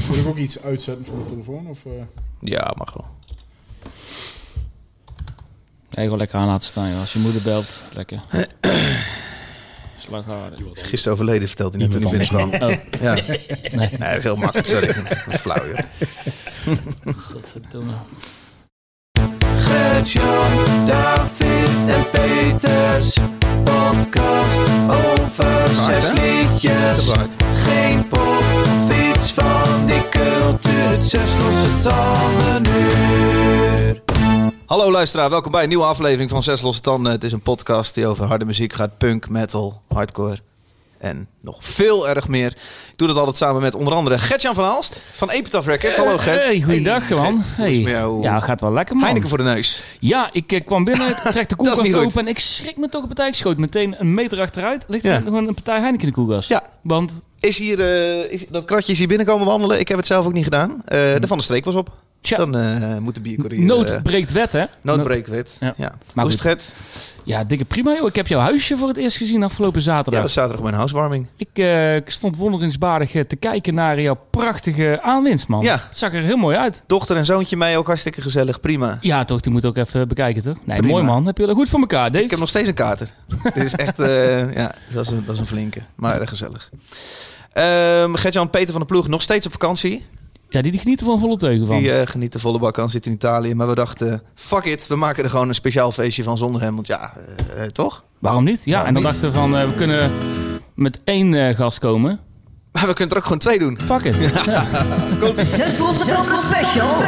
Moet ik ook iets uitzetten van de telefoon? Of, Ja, mag wel. Ja, gewoon lekker aan laten staan, joh. Als je moeder belt, lekker. Slagharder. Gisteren overleden, vertelt hij net toen hij binnenkwam. Oh. Ja. Nee, dat is heel makkelijk. Sorry, dat is flauw, joh. Godverdomme. Gert-Jan, David en Peters. Podcast over 6 liedjes. Geen pop of iets van die cultuur. Het 6 losse tanden uur. Hallo luisteraar, welkom bij een nieuwe aflevering van 6 Losse Tanden. Het is een podcast die over harde muziek gaat. Punk, metal, hardcore en nog veel erg meer. Ik doe dat altijd samen met onder andere Gert-Jan van Aalst van Epitaph Records. Hallo Gert. Hey, goeiedag man. Gert, hoe is het met jou? Ja, gaat wel lekker man. Heineken voor de neus. Ja, ik kwam binnen, trek de Dat is koelkast niet goed. open en ik schrik me toch een partij. Ik schoot meteen een meter achteruit. Ligt Ja. er gewoon een partij Heineken in de koelkast. Ja. Want Is hier, dat kratje is hier binnenkomen wandelen. Ik heb het zelf ook niet gedaan. De Van der Streek was op. tja, Dan moet de biercourier... nood breekt wet hè. Noodbreekwet. Ja. Ja. Maar Hoe is het, goed. Gert? Ja, dikke prima joh. Ik heb jouw huisje voor het eerst gezien afgelopen Ja, zaterdag. dat is zaterdag mijn housewarming. Ik stond wonderingswaardig te kijken naar jouw prachtige aanwinst man. Ja. Het zag er heel mooi uit. Dochter en zoontje mij ook hartstikke gezellig. Prima. Ja toch, die moet ook even bekijken toch? Nee, Prima. mooi man. Heb je dat goed voor elkaar Dave? Ik heb nog steeds een kater. Dit is echt... ja, dat is een flinke. Maar erg gezellig. Gert-Jan Peter van der Ploeg nog steeds op vakantie. Ja, die genieten van volle teugen van. Die geniet de volle bak aan, zit in Italië. Maar we dachten, fuck it, we maken er gewoon een speciaal feestje van zonder hem. Want ja, toch? Waarom niet? Ja, Waarom en dan niet? dachten we van, we kunnen met 1 gast komen. Maar we kunnen er ook gewoon 2 doen. Fuck it. Ja. Komt-ie. 6 losse tanden special.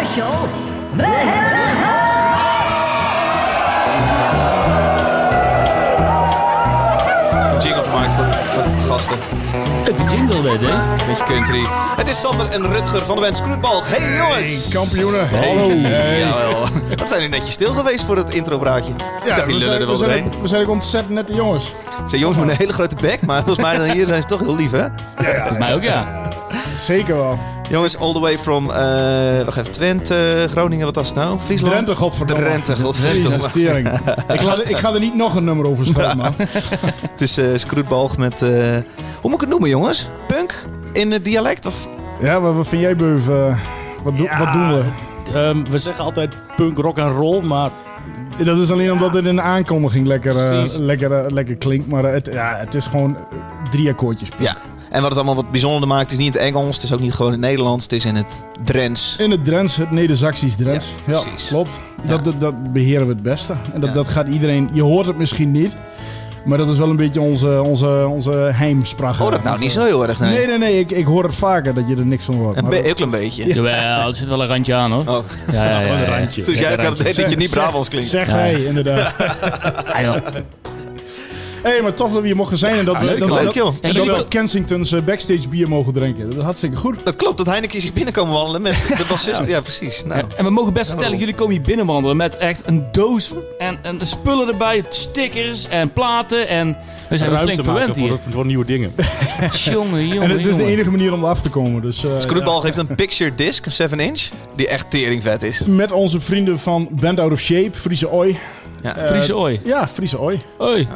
Een jingle gemaakt voor de gasten. De jingle, Dave. Beetje country. Het is Sander en Rutger van de band Scrootbalg. Hey jongens! kampioenen. Hey. Hallo. Hey. Jawel. Wat zijn jullie netjes stil geweest voor het intropraatje? Ik dacht, die lullen er wel doorheen. We zijn ook ontzettend nette jongens. Zijn jongens met een hele grote bek, maar volgens mij dan hier zijn ze toch heel lief, hè? Voor mij ook, ja. Zeker wel. Jongens, all the way from wacht even, Twente, Groningen, wat was het nou? Friesland? Drenthe, godverdomme. Drenthe, godverdomme. Jezus, tering. ik ga er niet nog een nummer over schrijven, man. Het is Scrootbalg met, hoe moet ik het noemen, jongens? Punk? In het dialect? Of? Ja, wat vind jij, Beuf? Wat doen we? We zeggen altijd punk, rock en roll, maar Dat is alleen omdat het in de aankondiging Precies. lekker klinkt. Maar het is gewoon 3 akkoordjes. Ja. En wat het allemaal wat bijzonder maakt, is niet in het Engels, het is ook niet gewoon in het Nederlands, het is in het Drents. In het Drents, het Neder-Saxisch Drents. Ja, Ja, precies. klopt. Ja. Dat beheren we het beste. En Ja. dat gaat iedereen... Je hoort het misschien niet. Maar dat is wel een beetje onze heimsprache. Oh, dat nou niet zo heel erg, nee. Nee. Ik hoor het vaker dat je er niks van hoort. Een Maar heel klein beetje. Jawel, er zit wel een randje aan, hoor. Oh. Ja. een randje. Dus jij kan het dat je niet Brabants klinkt. Zeg Ja. hij, inderdaad. Ah, joh. Hé, maar tof dat we hier mogen zijn. En dat Hartstikke leuk, joh. Ja, En jullie dat we Kensington's backstage bier mogen drinken. Dat is hartstikke goed. Dat klopt, dat Heineken is hier binnenkomen wandelen met de bassist. Ja, precies. Nou. En we mogen best vertellen, jullie komen hier binnenwandelen met echt een doos en spullen erbij, stickers en platen. En we zijn wel flink ruimte maken verwend hier. voor nieuwe dingen. Jongen. En het is de enige manier om af te komen. Dus, Scrootbalg heeft een picture disc, een 7-inch, die echt teringvet is. met onze vrienden van Band Out of Shape, Friese Oi. Ja. Friese ooi. Ja, Friese Oi. Oi.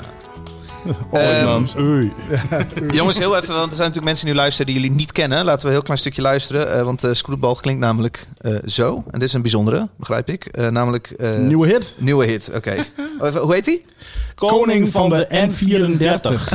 Jongens, heel even, want er zijn natuurlijk mensen die nu luisteren die jullie niet kennen. Laten we een heel klein stukje luisteren, want Scrootbalg klinkt namelijk zo. En dit is een bijzondere, begrijp ik. Namelijk... Nieuwe hit. Nieuwe hit, oké. Even, hoe heet die? Koning van de N34.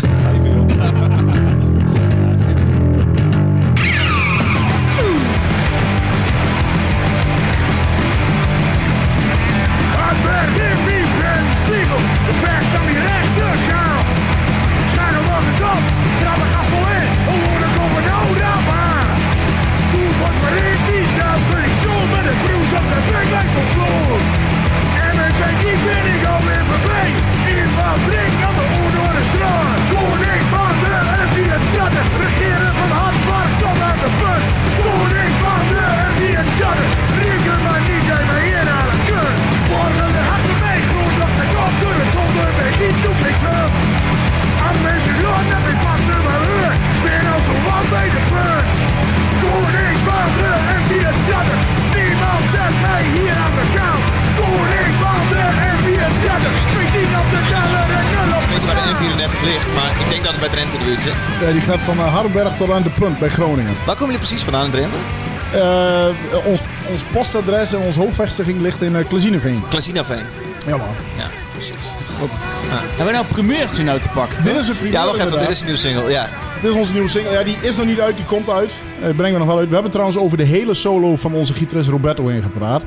Regeren van Hartmark tot aan de punt. Koning van de N34. Reken maar niet dat je mij inhalen kunt. Morgen de harten mee groeit op de kop door het zonder bij die toebliksum. Aan mensen gaan en ik passen maar weer. Ben al zo lang bij de punt. Koning van de N34. Niemand zet mij hier aan de kant. Koning van de N34. 15 op de teller en 0 op Ik weet de niet waar de N34 ligt, maar ik denk dat het bij Drenthe de buurt is. Die gaat van Hardenberg tot aan de Punt bij Groningen. Waar komen jullie precies vandaan in Drenthe? Ons postadres en onze hoofdvestiging ligt in Klazineveen. Klazinaveen. Ja, man. Ja, precies. Hebben we nou een primeurtje nou te pakken? Dit is een primeur. Ja, wacht even, inderdaad. dit is een nieuwe single. Ja. Dit is onze nieuwe single. Ja, die is nog niet uit, die komt uit. Brengen we nog wel uit. We hebben trouwens over de hele solo van onze gitarist Roberto heen gepraat.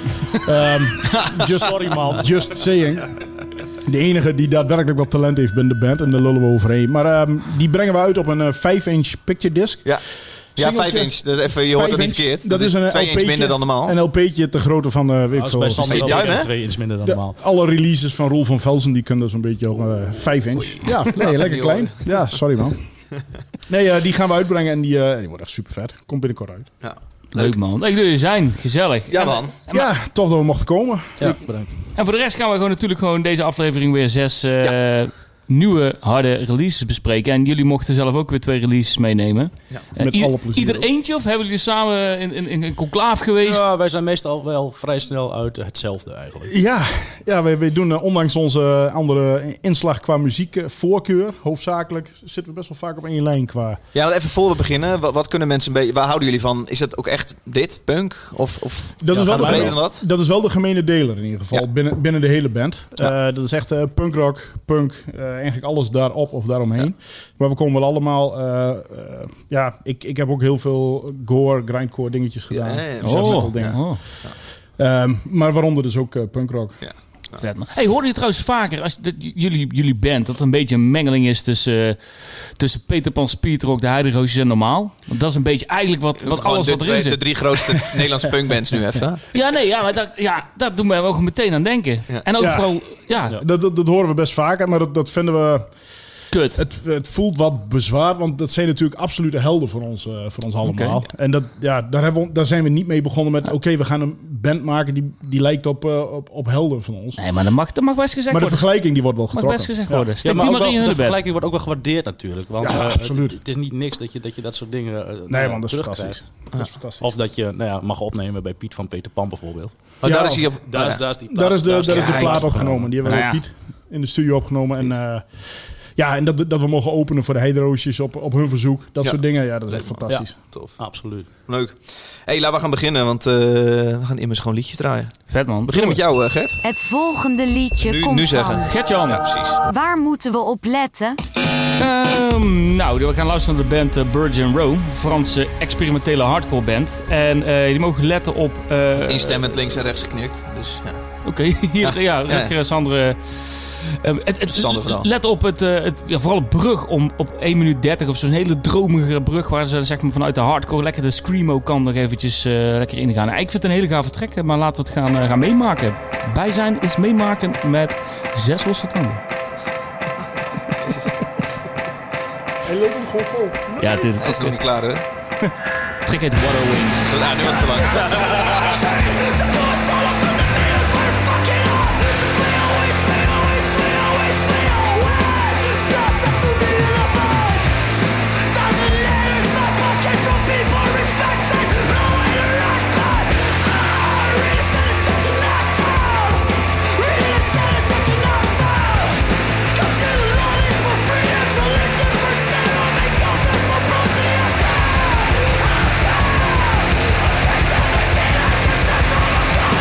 Sorry man. Just saying. De enige die daadwerkelijk wat talent heeft binnen de band. En daar lullen we overheen. Maar die brengen we uit op een 5-inch picture disc. Ja. Ja, Singeltje. 5 inch. Dat even, je hoort het niet 5 inch. verkeerd. Dat is een 2 inch LP'tje. minder dan normaal. Een LP'tje te grootte van weet ik Dat is veel. bij Sander je wel duim, hè? 2 inch minder dan normaal. Alle releases van Roel van Velzen die kunnen zo'n beetje op 5 inch. Ja, nee, lekker klein. Ja, sorry man. Nee, die gaan we uitbrengen en die wordt echt super vet. Komt binnenkort uit. Ja. Leuk man. Leuk dat jullie zijn. Gezellig. Ja, man. Ja, tof dat we mochten komen. Ja, bedankt. En voor de rest gaan we natuurlijk deze aflevering weer 6 nieuwe harde releases bespreken. En jullie mochten zelf ook weer 2 releases meenemen. Ja, met alle plezier Ieder ook. eentje of hebben jullie samen in een conclaaf geweest? Ja, wij zijn meestal wel vrij snel uit hetzelfde eigenlijk. Ja, wij doen ondanks onze andere inslag qua muziek voorkeur, hoofdzakelijk, zitten we best wel vaak op één lijn qua... Ja, even voor we beginnen. Wat kunnen mensen een beetje... Waar houden jullie van? Is het ook echt dit? Punk? Of Dat is wel gaan we breder dan dat? Dat is wel de gemene deler in ieder geval, Ja. binnen de hele band. Ja. Dat is echt punkrock, punk, eigenlijk alles daarop of daaromheen. Ja. Maar we komen wel allemaal... ik heb ook heel veel gore, grindcore dingetjes gedaan. Ja. Metal dingen. Maar waaronder dus ook punkrock. Ja. Vet, man. Hey, hoorde je trouwens vaker, jullie band, dat er een beetje een mengeling is tussen Peter Pan, Speedrock, de Heideroosjes en Normaal? Want dat is een beetje eigenlijk wat alles wat erin De zit. 3 grootste Nederlandse punkbands nu even. Maar dat doet mij wel meteen aan denken. Ja. En ook Ja. vooral, Dat horen we best vaker, maar dat vinden we... kut. Het voelt wat bezwaard, want dat zijn natuurlijk absolute helden voor ons allemaal. Oké. En daar zijn we niet mee begonnen met... Oké, we gaan een band maken die lijkt op helden van ons. Nee, maar dat mag best gezegd Maar de worden. vergelijking die wordt wel Mag getrokken. best gezegd Ja. worden. Steek maar die ook maar in wel, hun de bed. vergelijking wordt ook wel gewaardeerd natuurlijk. Want Ja, absoluut. Het is niet niks dat je dat soort dingen Nee man, dat is terugkrijgt. fantastisch. Dat is fantastisch. Of dat je mag opnemen bij Piet van Peter Pan bijvoorbeeld. Oh, Ja, daar is hij op... Daar is die Daar plaat, is de Ja, plaat opgenomen. Die hebben we Nou ook Piet in de studio opgenomen. En en dat we mogen openen voor de Heideroosjes op hun verzoek. Dat Ja. soort dingen. Ja, dat is echt fantastisch. Tof. Absoluut. Leuk. Hey, laten we gaan beginnen, want we gaan immers gewoon liedjes draaien. Vet man. We beginnen met jou, Gert. Het volgende liedje komt Nu zeggen. van... Gertjan. Ja, precies. Waar moeten we op letten? We gaan luisteren naar de band Virgin Row. Franse experimentele hardcore band. En jullie mogen letten op... Instemmend links en rechts geknikt. Dus ja. Oké, hier, Rutger, Sander... Sander vooral. Let op vooral het brug op 1 minuut 30 of zo'n hele dromige brug waar ze zeg maar, vanuit de hardcore lekker de screamo kan nog eventjes lekker ingaan. Ik vind het een hele gave track, maar laten we het gaan meemaken. Bijzijn is meemaken met 6 losse tanden. Hij loopt hem gewoon vol. Ja, het is Hij is nog niet klaar, hè? track heet Water Wings. Ja, nu was het te lang. Stop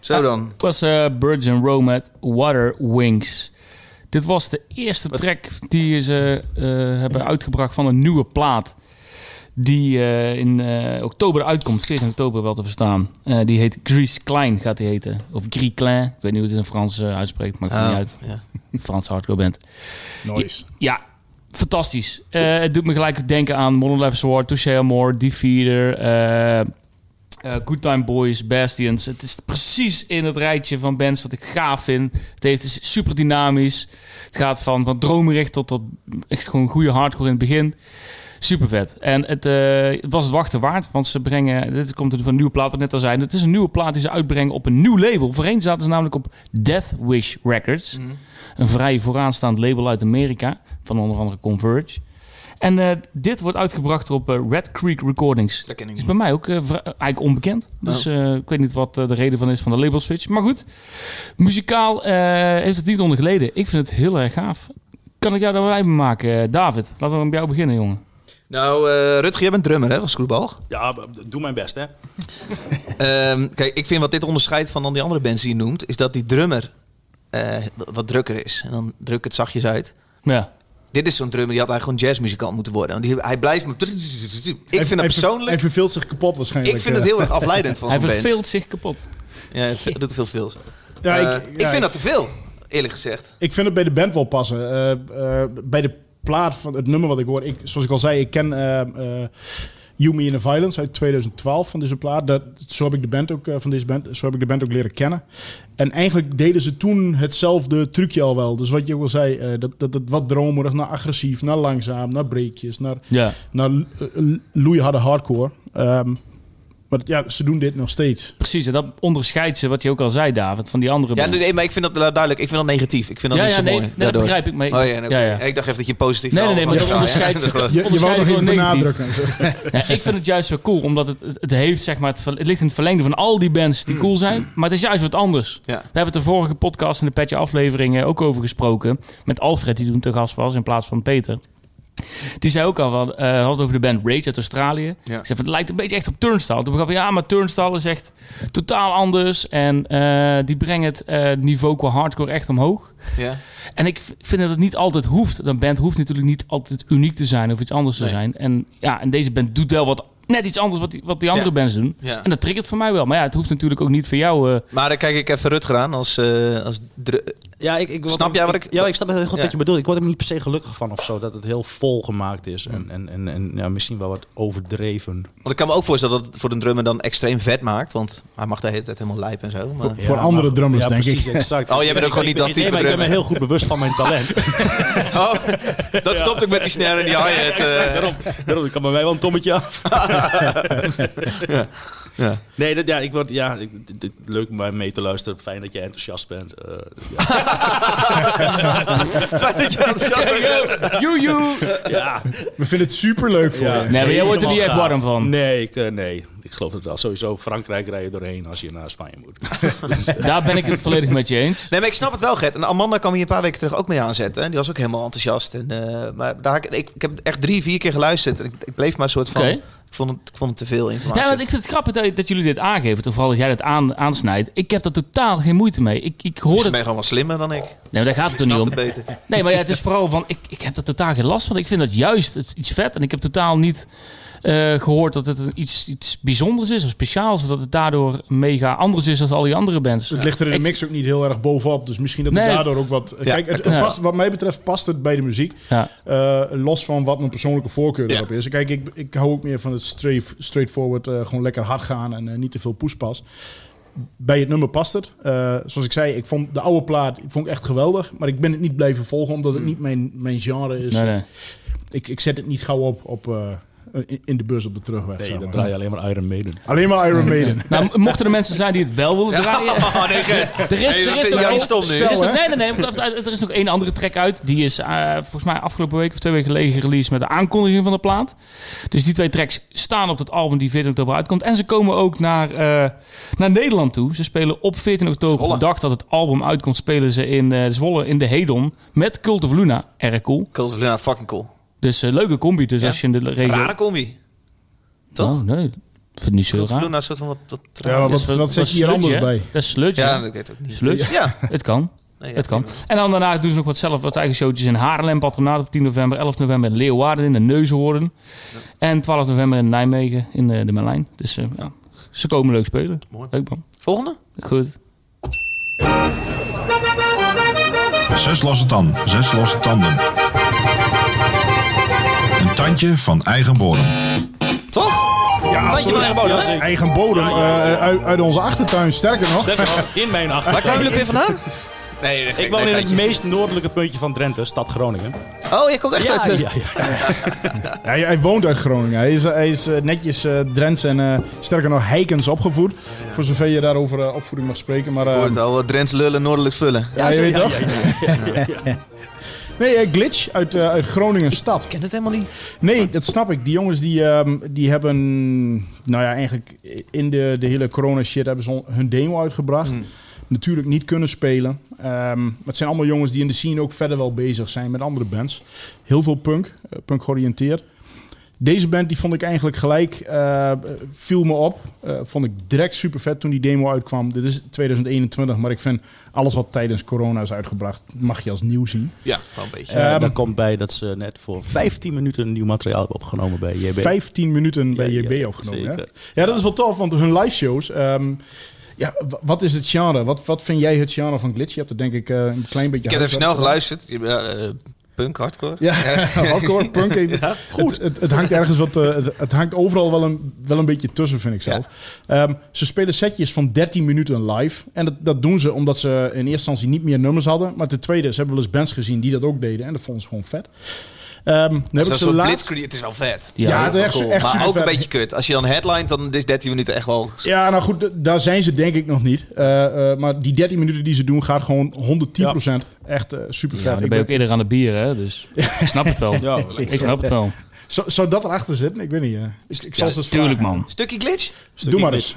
Zo dan. Het was Birds in Row met Water Wings. Dit was de eerste track die ze hebben uitgebracht van een nieuwe plaat. Die in oktober uitkomt. 14 oktober wel te verstaan. Die heet Gris Klein gaat die heten. Of Gris Klein. Ik weet niet hoe het in Frans uitspreekt. Maakt het niet uit. Ja. Frans hardcore band. Nice. Ja, fantastisch. Het doet me gelijk denken aan Modern Life Sword, Touché Amore, Defeater, Good Time Boys, Bastions. Het is precies in het rijtje van bands wat ik gaaf vind. Het is super dynamisch. Het gaat van dromerig tot echt gewoon goede hardcore in het begin. Super vet. En het was het wachten waard, want ze brengen... Dit komt van een nieuwe plaat, wat net al zei. Het is een nieuwe plaat die ze uitbrengen op een nieuw label. Voorheen zaten ze namelijk op Death Wish Records. Mm-hmm. Een vrij vooraanstaand label uit Amerika. Van onder andere Converge. En dit wordt uitgebracht op Red Creek Recordings. Dat ken ik niet. Is bij mij ook eigenlijk onbekend. Dus ik weet niet wat de reden van is van de label switch. Maar goed, muzikaal heeft het niet onder geleden. Ik vind het heel erg gaaf. Kan ik jou daar wel bij maken, David? Laten we bij jou beginnen, jongen. Nou, Rutger, jij bent drummer hè, van Screwball? Ja, doe mijn best, hè. Kijk, ik vind wat dit onderscheidt van dan die andere bands die je noemt... is dat die drummer wat drukker is. En dan druk ik het zachtjes uit. Ja. Dit is zo'n drummer, die had eigenlijk gewoon jazzmuzikant moeten worden. Want hij blijft... Ik vind dat persoonlijk... Hij verveelt zich kapot waarschijnlijk. Ik vind het heel erg afleidend van zo'n band. Hij verveelt zich kapot. Ja, hij doet veel. Ja, ik vind dat te veel, eerlijk gezegd. Ik vind het bij de band wel passen. Bij de plaat van het nummer wat ik hoor... zoals ik al zei, ik ken You Me in the Violence uit 2012 van deze plaat. Zo heb ik de band ook van deze band. Zo heb ik de band ook leren kennen. En eigenlijk deden ze toen hetzelfde trucje al wel. Dus wat je ook al zei, dat het wat dromerig, naar agressief, naar langzaam, naar breakjes, naar loeiharde hardcore. Maar ja, ze doen dit nog steeds. Precies, en dat onderscheidt ze, wat je ook al zei, David, van die andere bands. Ja, nee, maar ik vind dat duidelijk. Ik vind dat negatief. Ik vind dat niet zo mooi. Nee, dat begrijp ik. Maar Ik dacht even dat je positief... Nee, maar dat onderscheidt ze. Je wou nog even benadrukken. Ja, ik vind het juist wel cool, omdat het heeft, zeg maar, het ligt in het verlengde van al die bands die cool zijn, maar het is juist wat anders. Ja. We hebben het de vorige podcast in de Petje aflevering ook over gesproken, met Alfred, die toen te gast was, in plaats van Peter. Die zei ook al had het over de band Rage uit Australië. Ja. Ik zei van, het lijkt een beetje echt op Turnstile. Toen begreep ik, ja, maar Turnstile is echt totaal anders. En die brengen het niveau qua hardcore echt omhoog. Ja. En ik vind dat het niet altijd hoeft. Een band hoeft natuurlijk niet altijd uniek te zijn of iets anders te zijn. En deze band doet wel wat net iets anders wat die andere bands doen. Ja. En dat triggert voor mij wel. Maar ja, het hoeft natuurlijk ook niet voor jou... Maar dan kijk ik even Rutger aan als snap jij wat ik... Ja, ik snap heel goed wat je bedoelt. Ik word er niet per se gelukkig van of zo. Dat het heel vol gemaakt is. En ja, misschien wel wat overdreven. Want ik kan me ook voorstellen dat het voor een drummer dan extreem vet maakt. Want hij mag de hele tijd helemaal lijpen en zo. Maar... Voor andere drummers, denk precies, ik. Exact. Oh, jij bent ook gewoon niet dat type drummer. Ik ben me heel goed bewust van mijn talent. Dat stopt ook met die snare en die hi-hat. Daarom kan bij mij wel een tommetje af. Ja. Nee, leuk om bij mee te luisteren. Fijn dat je enthousiast bent. Fijn dat je enthousiast bent. Joe. Ja. We vinden het superleuk voor je. Nee, maar jij wordt er niet echt warm van. Nee, ik geloof het wel. Sowieso Frankrijk rijden doorheen als je naar Spanje moet. Daar ben ik het volledig met je eens. Nee, maar ik snap het wel, Gert. En Amanda kwam hier een paar weken terug ook mee aanzetten. Die was ook helemaal enthousiast. En, maar ik heb echt 3-4 keer geluisterd. En ik bleef maar een soort van... Okay. Ik vond het te veel informatie. Ja, want ik vind het grappig dat jullie dit aangeven. Vooral dat jij het aansnijdt. Ik heb er totaal geen moeite mee. Ik hoor ben je gewoon wel slimmer dan ik. Nee, maar daar gaat het er niet om. Beter. Nee, maar het is vooral van... Ik heb er totaal geen last van. Ik vind dat juist iets vet. En ik heb totaal niet gehoord dat het iets bijzonders is of speciaals. Of dat het daardoor mega anders is dan al die andere bands. Het ligt er in de mix ook niet heel erg bovenop. Dus misschien dat het daardoor ook wat... Ja. Kijk, wat mij betreft past het bij de muziek. Ja. Los van wat mijn persoonlijke voorkeur erop is. Kijk, ik hou ook meer van het straightforward. Gewoon lekker hard gaan en niet te veel poespas. Bij het nummer past het. Zoals ik zei, ik vond de oude plaat echt geweldig. Maar ik ben het niet blijven volgen, omdat het niet mijn genre is. Nee. Ik zet het niet gauw op in de bus op de terugweg. Nee, dan draai je alleen maar Iron Maiden. Alleen maar Iron Maiden. Nou, mochten er mensen zijn die het wel willen draaien... Oh, nee, Gert. Er is nog één andere track uit. Die is volgens mij afgelopen week of 2 weken geleden gereleased met de aankondiging van de plaat. Dus die 2 tracks staan op het album die 14 oktober uitkomt. En ze komen ook naar Nederland toe. Ze spelen op 14 oktober, op de dag dat het album uitkomt, spelen ze in Zwolle in de Hedon met Cult of Luna. Erg cool. Cult of Luna, fucking cool. Dus leuke combi. Dus als je in de regio... Rare combi. Toch? Oh, nee. vind het niet zo Vloed raar. naar een soort van wat Ja, wat zet je hier anders bij? Dat is sludge. Ja, hè? dat weet ik ook niet. Sludge? Ja. Het kan. Nee, ja, Het kan. prima. En dan daarna doen ze nog wat eigen showtjes in Haarlem, Patronaat op 10 november, 11 november in Leeuwarden in de Neuzenhoorn. En 12 november in Nijmegen in de Merlijn. Dus ja, ze komen leuk spelen. Mooi. Leuk man. Volgende? Goed. 6 losse tanden, 6 losse tanden. Een tandje van eigen bodem. Toch? Ja, tandje van eigen bodem. zeker. Eigen bodem uit onze achtertuin, sterker nog. Sterker nog, in mijn Waar achtertuin. kwamen jullie weer vandaan? Nee, Ik woon in het meest noordelijke puntje van Drenthe, stad Groningen. Oh, je komt echt uit... ja. Ja, hij woont uit Groningen. Hij is netjes Drents en sterker nog Heikens opgevoed. Voor zover je daarover opvoeding mag spreken. Maar, Je hoort al Drents lullen, noordelijk vullen. ja, je weet toch? Nee, Glitch uit Groningen stad. Ik ken het helemaal niet. Nee, dat snap ik. Die jongens die hebben, nou ja, eigenlijk in de hele corona shit hebben ze hun demo uitgebracht. Natuurlijk niet kunnen spelen. Maar het zijn allemaal jongens die in de scene ook verder wel bezig zijn met andere bands. Heel veel punk georiënteerd. Deze band die vond ik eigenlijk gelijk, viel me op. Vond ik direct super vet toen die demo uitkwam. Dit is 2021, maar ik vind alles wat tijdens corona is uitgebracht, mag je als nieuw zien. Ja, wel een beetje. Daar komt bij dat ze net voor 15 minuten nieuw materiaal hebben opgenomen bij JB. 15 minuten bij Ja, JB ja, opgenomen. zeker. Hè? Ja, dat is wel tof, want hun live shows... ja, wat is het genre? Wat vind jij het genre van Glitch? Je hebt er denk ik een klein beetje... Ik heb even snel huiswerk geluisterd. Punk, hardcore. Ja, hardcore, punk. Goed. Het hangt ergens wat... het hangt overal wel een beetje tussen, vind ik zelf. Ze spelen setjes van 13 minuten live. En dat doen ze omdat ze in eerste instantie niet meer nummers hadden. Maar ten tweede, ze hebben wel eens bands gezien die dat ook deden. En dat vonden ze gewoon vet. Dat is een blitzkrieg. Het is wel vet. Ja, dat is wel echt cool. super Maar ook vet. een beetje kut. Als je dan headlined, dan is 13 minuten echt wel... Ja, nou goed, daar zijn ze denk ik nog niet. Maar die 13 minuten die ze doen, gaat gewoon 110%. Echt super vet. Ja, dan ben je ook eerder aan de bier, hè? Dus ik snap het wel. Ja, Ik snap het wel. Zou dat erachter zitten? Ik weet niet. Ik zal ze eens Tuurlijk, vragen. man. Stukje glitch? Doe maar eens.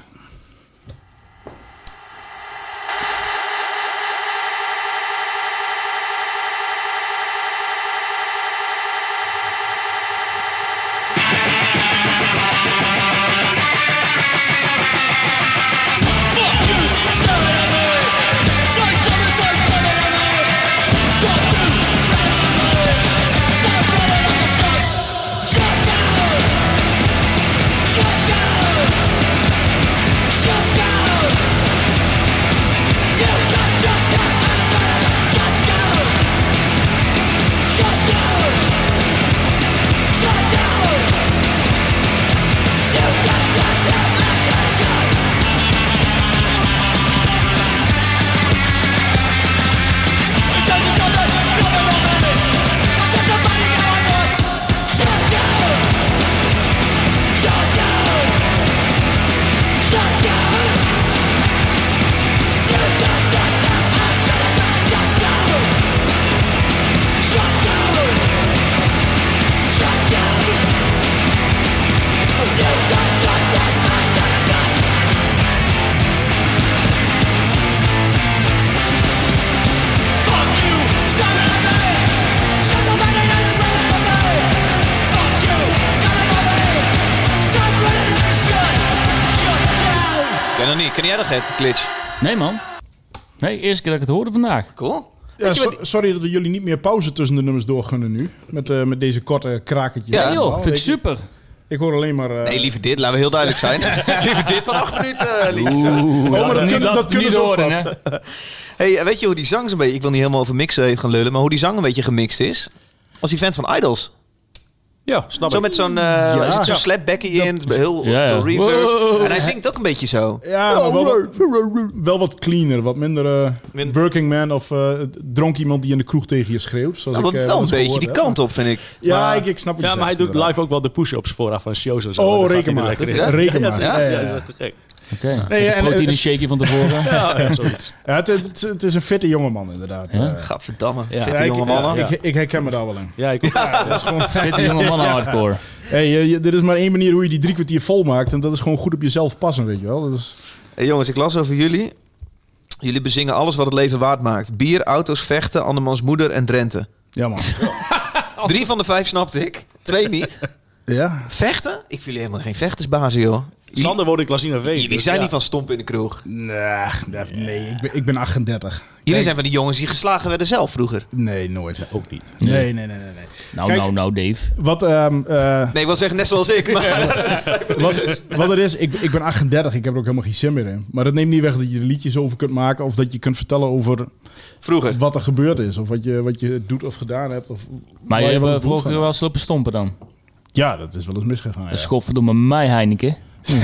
Ken jij nog het, glitch? Nee, man. Nee, eerste keer dat ik het hoorde vandaag. Cool. Ja, sorry dat we jullie niet meer pauze tussen de nummers doorgunnen nu. Met deze korte kraketjes. Ja, joh, vind ik super. Ik hoor alleen maar... Nee, liever dit. Laten we heel duidelijk zijn. Liever dit dan 8 minuten. maar dat kunnen ze ook horen, vast. hè? Hey, weet je hoe die zang zo'n beetje... Ik wil niet helemaal over mixen gaan lullen, maar hoe die zang een beetje gemixt is? Als die vent van Idols. Ja, snap Zo ik. met zo'n er zit zo'n slapbackie in, heel veel reverb. Wow. En hij zingt ook een beetje zo. Ja, maar wel wat cleaner. Wat minder working man of dronk iemand die in de kroeg tegen je schreeuwt. Zoals Nou, ik, wel een beetje die kant op, vind ik. Ja, ik snap wat je Ja, maar hij zegt, doet inderdaad. live ook wel de push-ups vooraf van shows en zo. Oh, Dat gaat reken hij er maar. lekker in. Reken maar. Ja? Ja, dat is echt te gek. Oké. Nee, en- Proteïne shake van tevoren. Ja, zoiets. Ja, het is een fitte jongeman inderdaad. Ja? Gadverdamme. Ja. Fitte jonge mannen. Ja. Ik herken me daar wel in. Ja, ik ook. Dat is gewoon... Fitte jonge mannen hardcore. Hey, dit is maar één manier hoe je die 3 kwartier vol maakt. En dat is gewoon goed op jezelf passen, weet je wel. Dat is... Hey, jongens, ik las over jullie. Jullie bezingen alles wat het leven waard maakt. Bier, auto's, vechten, andermans moeder en Drenthe. Ja, man. 3 van de 5 snapte ik. 2 niet. Ja. Vechten? Ik vind jullie helemaal geen vechtersbazen, joh. Sander woont in Klazinaveen. Jullie zijn niet van stompen in de kroeg. Nee, ik ben 38. Jullie zijn van die jongens die geslagen werden zelf vroeger. Nee, nooit. Ook niet. Nee. Nou, Dave. Wat, Nee, ik wil zeggen net zoals ik. Maar wat het is, ik ben 38. Ik heb er ook helemaal geen zin meer in. Maar dat neemt niet weg dat je er liedjes over kunt maken. Of dat je kunt vertellen over vroeger wat er gebeurd is. Of wat je doet of gedaan hebt. Of maar je hebt vroeger wel eens lopen stompen dan? Ja, dat is wel eens misgegaan. Dat schofferde mij Heineken.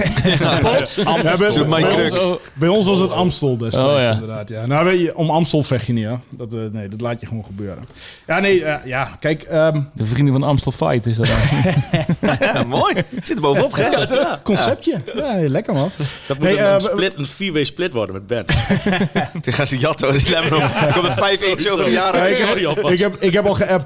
Bij ons was het Amstel destijds, inderdaad. Ja. Nou, weet je, om Amstel vecht je niet, hè. Dat laat je gewoon gebeuren. Ja, kijk... De vrienden van Amstel Fight is dat dan. Ja, mooi. Zit er bovenop, hè? Ja, conceptje. Ja, lekker, man. Dat moet een 4-way split worden met Ben. Die gaan ze jatten, hoor. Ik kom er 5x over de jaren. Ik heb al geappt.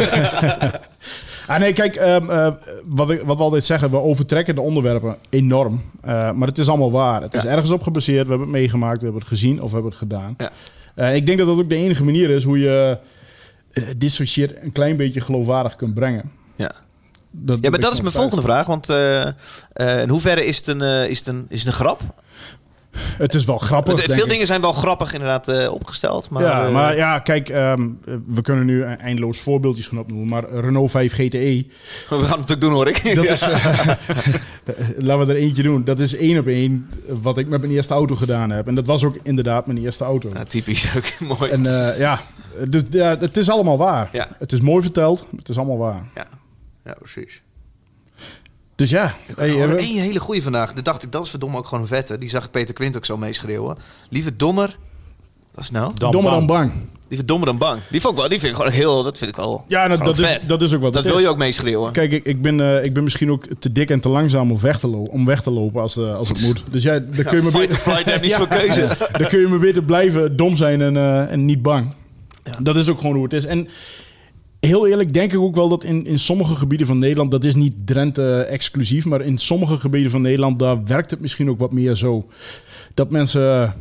Nee, kijk, wat we altijd zeggen, we overtrekken de onderwerpen enorm. Maar het is allemaal waar. Het is ergens op gebaseerd, we hebben het meegemaakt, we hebben het gezien of we hebben het gedaan. Ja. Ik denk dat dat ook de enige manier is hoe je dit soort shit een klein beetje geloofwaardig kunt brengen. Ja. Maar dat is mijn volgende vraag, want in hoeverre is het een grap? Het is wel grappig. Veel dingen zijn wel grappig inderdaad opgesteld. Maar, maar kijk, we kunnen nu eindeloos voorbeeldjes gaan opnoemen. Maar Renault 5 GTE... We gaan het natuurlijk doen, hoor ik. Dat is, laten we er eentje doen. Dat is 1 op 1 wat ik met mijn eerste auto gedaan heb. En dat was ook inderdaad mijn eerste auto. Ja, typisch ook. Mooi. En dus, het is allemaal waar. Ja. Het is mooi verteld, het is allemaal waar. Ja, precies. Dus ja. Een hele goeie vandaag. Daar dacht ik, dat is verdomme ook gewoon een vette. Die zag ik Peter Quint ook zo meeschreeuwen. Liever dommer... Wat is nou? Dommer dan bang. Liever dommer dan bang. Die vind ik gewoon heel... Dat vind ik wel vet. Dat is ook wat. Dat wil je ook meeschreeuwen. Kijk, ik ben misschien ook te dik en te langzaam om weg te lopen als het moet. Dus ja, dan kun je fight or flight, je hebt niet voor keuze. Dan kun je maar beter blijven dom zijn en niet bang. Ja. Dat is ook gewoon hoe het is. En heel eerlijk denk ik ook wel dat in sommige gebieden van Nederland... dat is niet Drenthe exclusief... maar in sommige gebieden van Nederland... daar werkt het misschien ook wat meer zo... dat mensen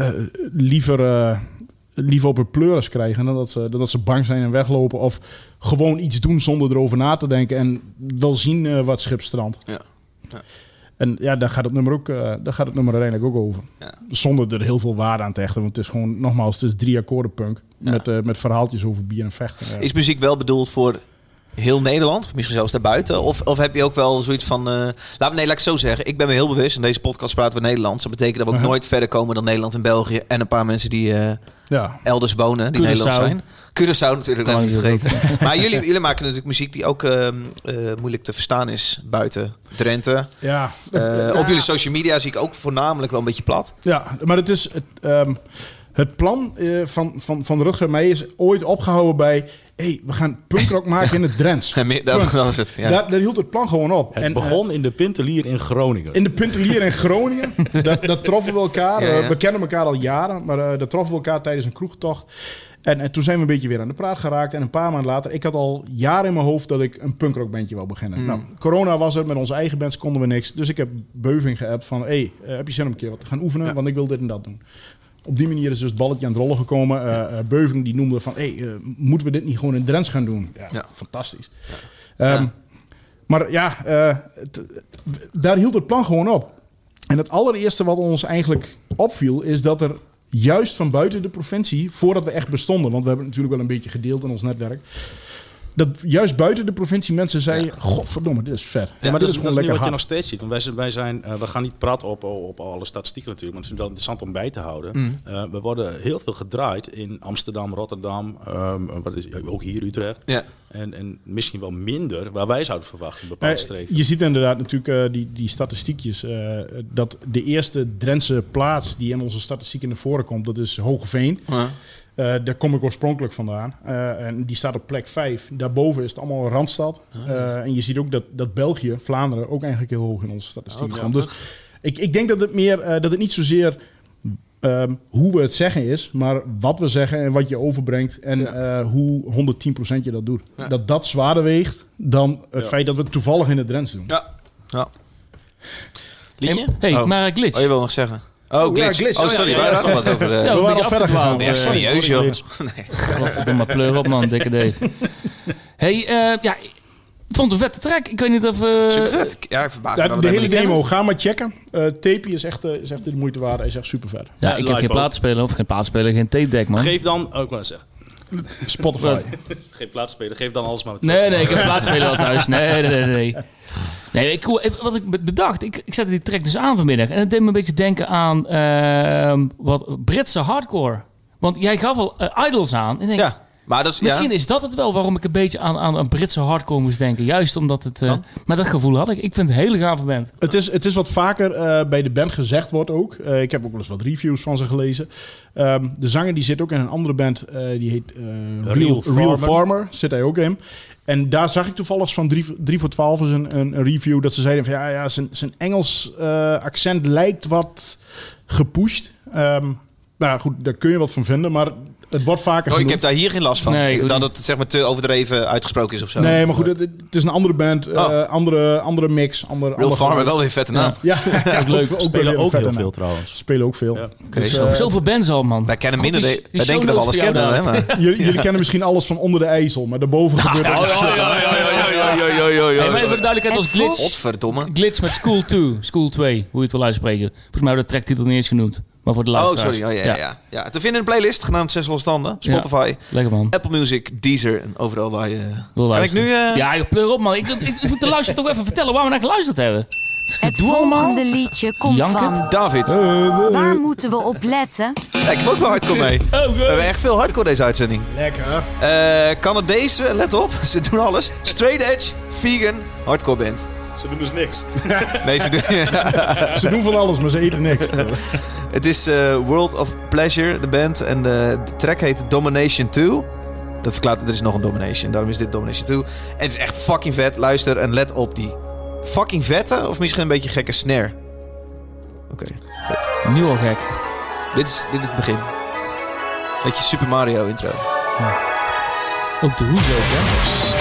liever op hun pleuris krijgen... dan dat ze bang zijn en weglopen... of gewoon iets doen zonder erover na te denken... en wel zien wat schip strandt. Ja. En ja, daar gaat het nummer uiteindelijk ook over. Ja. Zonder er heel veel waarde aan te hechten. Want het is gewoon, nogmaals, het is 3 akkoorden punk. Ja. Met verhaaltjes over bier en vechten. Ja. Is muziek wel bedoeld voor heel Nederland? Of misschien zelfs daarbuiten? Of heb je ook wel zoiets van... laat ik zo zeggen. Ik ben me heel bewust. In deze podcast praten we Nederlands. Dat betekent dat we ook nooit verder komen dan Nederland en België. En een paar mensen die elders wonen. Die Nederlands zijn. Curaçao natuurlijk, dat niet vergeten. Maar jullie maken natuurlijk muziek die ook moeilijk te verstaan is buiten Drenthe. Ja. Op jullie social media zie ik ook voornamelijk wel een beetje plat. Ja, maar het is... Het plan van Rutger Meijer is ooit opgehouden bij... we gaan punkrock maken in het Drents. Dat was het, ja. Daar hield het plan gewoon op. Het begon in de Pintelier in Groningen. In de Pintelier in Groningen. Daar troffen we elkaar. Ja. We kennen elkaar al jaren. Maar daar troffen we elkaar tijdens een kroegtocht. En toen zijn we een beetje weer aan de praat geraakt. En een paar maanden later... Ik had al jaren in mijn hoofd dat ik een punkrockbandje wou beginnen. Nou, corona was er. Met onze eigen bands konden we niks. Dus ik heb Beuving geappt van... heb je zin om een keer wat te gaan oefenen? Ja. Want ik wil dit en dat doen. Op die manier is dus het balletje aan het rollen gekomen. Beuving die noemde van... moeten we dit niet gewoon in Drents gaan doen? Ja. Fantastisch. Ja. Maar ja, daar hield het plan gewoon op. En het allereerste wat ons eigenlijk opviel... is dat er juist van buiten de provincie... voordat we echt bestonden... want we hebben het natuurlijk wel een beetje gedeeld in ons netwerk... dat juist buiten de provincie mensen zeiden... godverdomme, dit is vet. Ja, maar dit is gewoon lekker wat je nog steeds ziet. Want we gaan niet praten op alle statistieken natuurlijk... maar het is wel interessant om bij te houden. We worden heel veel gedraaid in Amsterdam, Rotterdam... ook hier Utrecht. Ja. En misschien wel minder waar wij zouden verwachten, bepaalde streven. Je ziet inderdaad natuurlijk die statistiekjes... dat de eerste Drentse plaats die in onze statistieken naar voren komt... dat is Hoogeveen... daar kom ik oorspronkelijk vandaan. En die staat op plek 5. Daarboven is het allemaal Randstad. En je ziet ook dat België, Vlaanderen... ook eigenlijk heel hoog in onze statistieken komt. Dus ik denk dat het meer... dat het niet zozeer hoe we het zeggen is... maar wat we zeggen en wat je overbrengt... en hoe 110% je dat doet. Ja. Dat zwaarder weegt dan het feit dat we het toevallig in het Drents doen. Ja. Liedje? Maar Glitch. Oh, je wil nog zeggen... Glitch. Oh, sorry, wij hadden nog wat over... we waren al verder gegaan. Ja, serieus, joh. Doe maar pleur op, man, dikke Dave. vond het een vette track. Ik weet niet of... Super vet. Ja, ik verbaas me. De hele demo, ga maar checken. Tapey is echt de moeite waard. Hij is echt super vet. Ja, ik heb geen platenspeler geen tape deck, man. Geef dan... ook wel zeggen. Spotify. Geen platenspeler, geef dan alles maar met Nee, ik heb een platenspeler al thuis. Nee. Nee, wat ik bedacht, ik zette die track dus aan vanmiddag. En het deed me een beetje denken aan wat Britse hardcore. Want jij gaf al Idols aan. En denk, maar dat is, misschien is dat het wel waarom ik een beetje aan Britse hardcore moest denken. Juist omdat het... maar dat gevoel had ik. Ik vind het een hele gave band. Het is wat vaker bij de band gezegd wordt ook. Ik heb ook wel eens wat reviews van ze gelezen. De zanger die zit ook in een andere band. Die heet Real Farmer. Zit hij ook in. En daar zag ik toevallig van 3 voor 12 is een review. Dat ze zeiden van zijn Engels accent lijkt wat gepusht. Nou goed, daar kun je wat van vinden. Maar het wordt vaker ik heb daar hier geen last van. Nee, dat het zeg maar te overdreven uitgesproken is of zo. Nee, maar goed, het is een andere band. Andere mix. Real Farmer, wel weer vette naam. Ja, leuk. Spelen ook heel veel trouwens. Spelen ook veel. Ja. Dus, zoveel bands al, man. Wij kennen minder. Wij denken dat we alles kennen. Hè, maar. Jullie kennen misschien alles van Onder de IJssel. Maar daarboven gebeurt Hey, maar even de duidelijkheid als Glitch. Godverdomme. Glitch met School 2. School 2, hoe je het wil uitspreken. Volgens mij wordt de tracktitel niet eens genoemd. Maar voor de luisteraars. Oh, sorry. Ja. Te vinden in een playlist genaamd 6 losse tanden. Spotify, ja, lekker man. Apple Music, Deezer en overal waar je... Wil kan ik nu... Ja, je pleur op man. Ik moet de luisteraar toch even vertellen waar we naar geluisterd hebben. Het volgende liedje komt van... David. Waar moeten we op letten? Ja, ik heb ook wel hardcore mee. We hebben echt veel hardcore deze uitzending. Lekker. Canadezen, let op. Ze doen alles. Straight edge, vegan, hardcore band. Ze doen dus niks. Nee, ze doen van alles, maar ze eten niks. Het is World of Pleasure, de band. En de track heet Domination 2. Dat verklaart, er is nog een Domination. Daarom is dit Domination 2. En het is echt fucking vet. Luister en let op die fucking vette of misschien een beetje gekke snare. Oké, vet. Nu al gek. Dit is het begin. Beetje Super Mario intro. Ja. Ook de hoes ook, hè?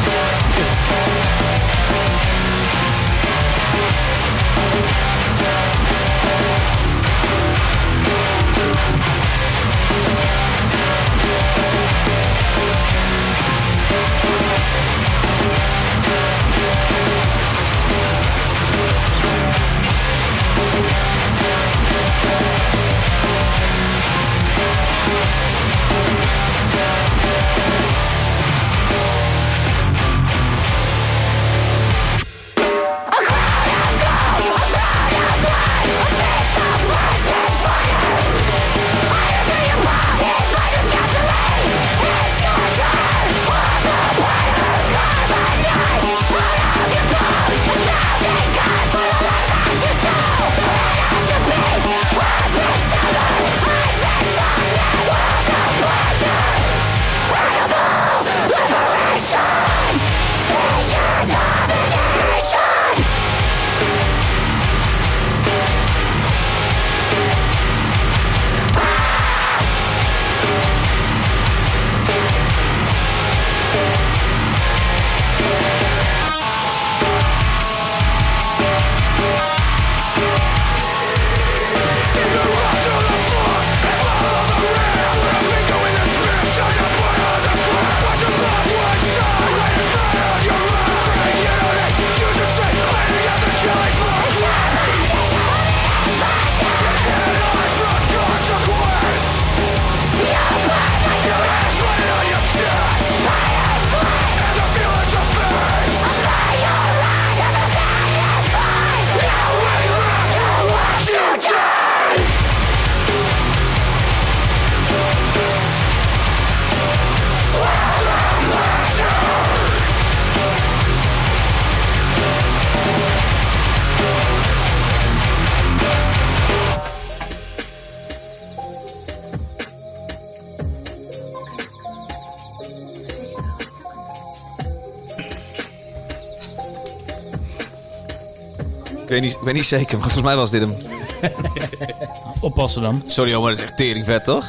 Ik weet niet zeker, maar volgens mij was dit hem. Oppassen dan. Sorry, maar dat is echt tering vet, toch?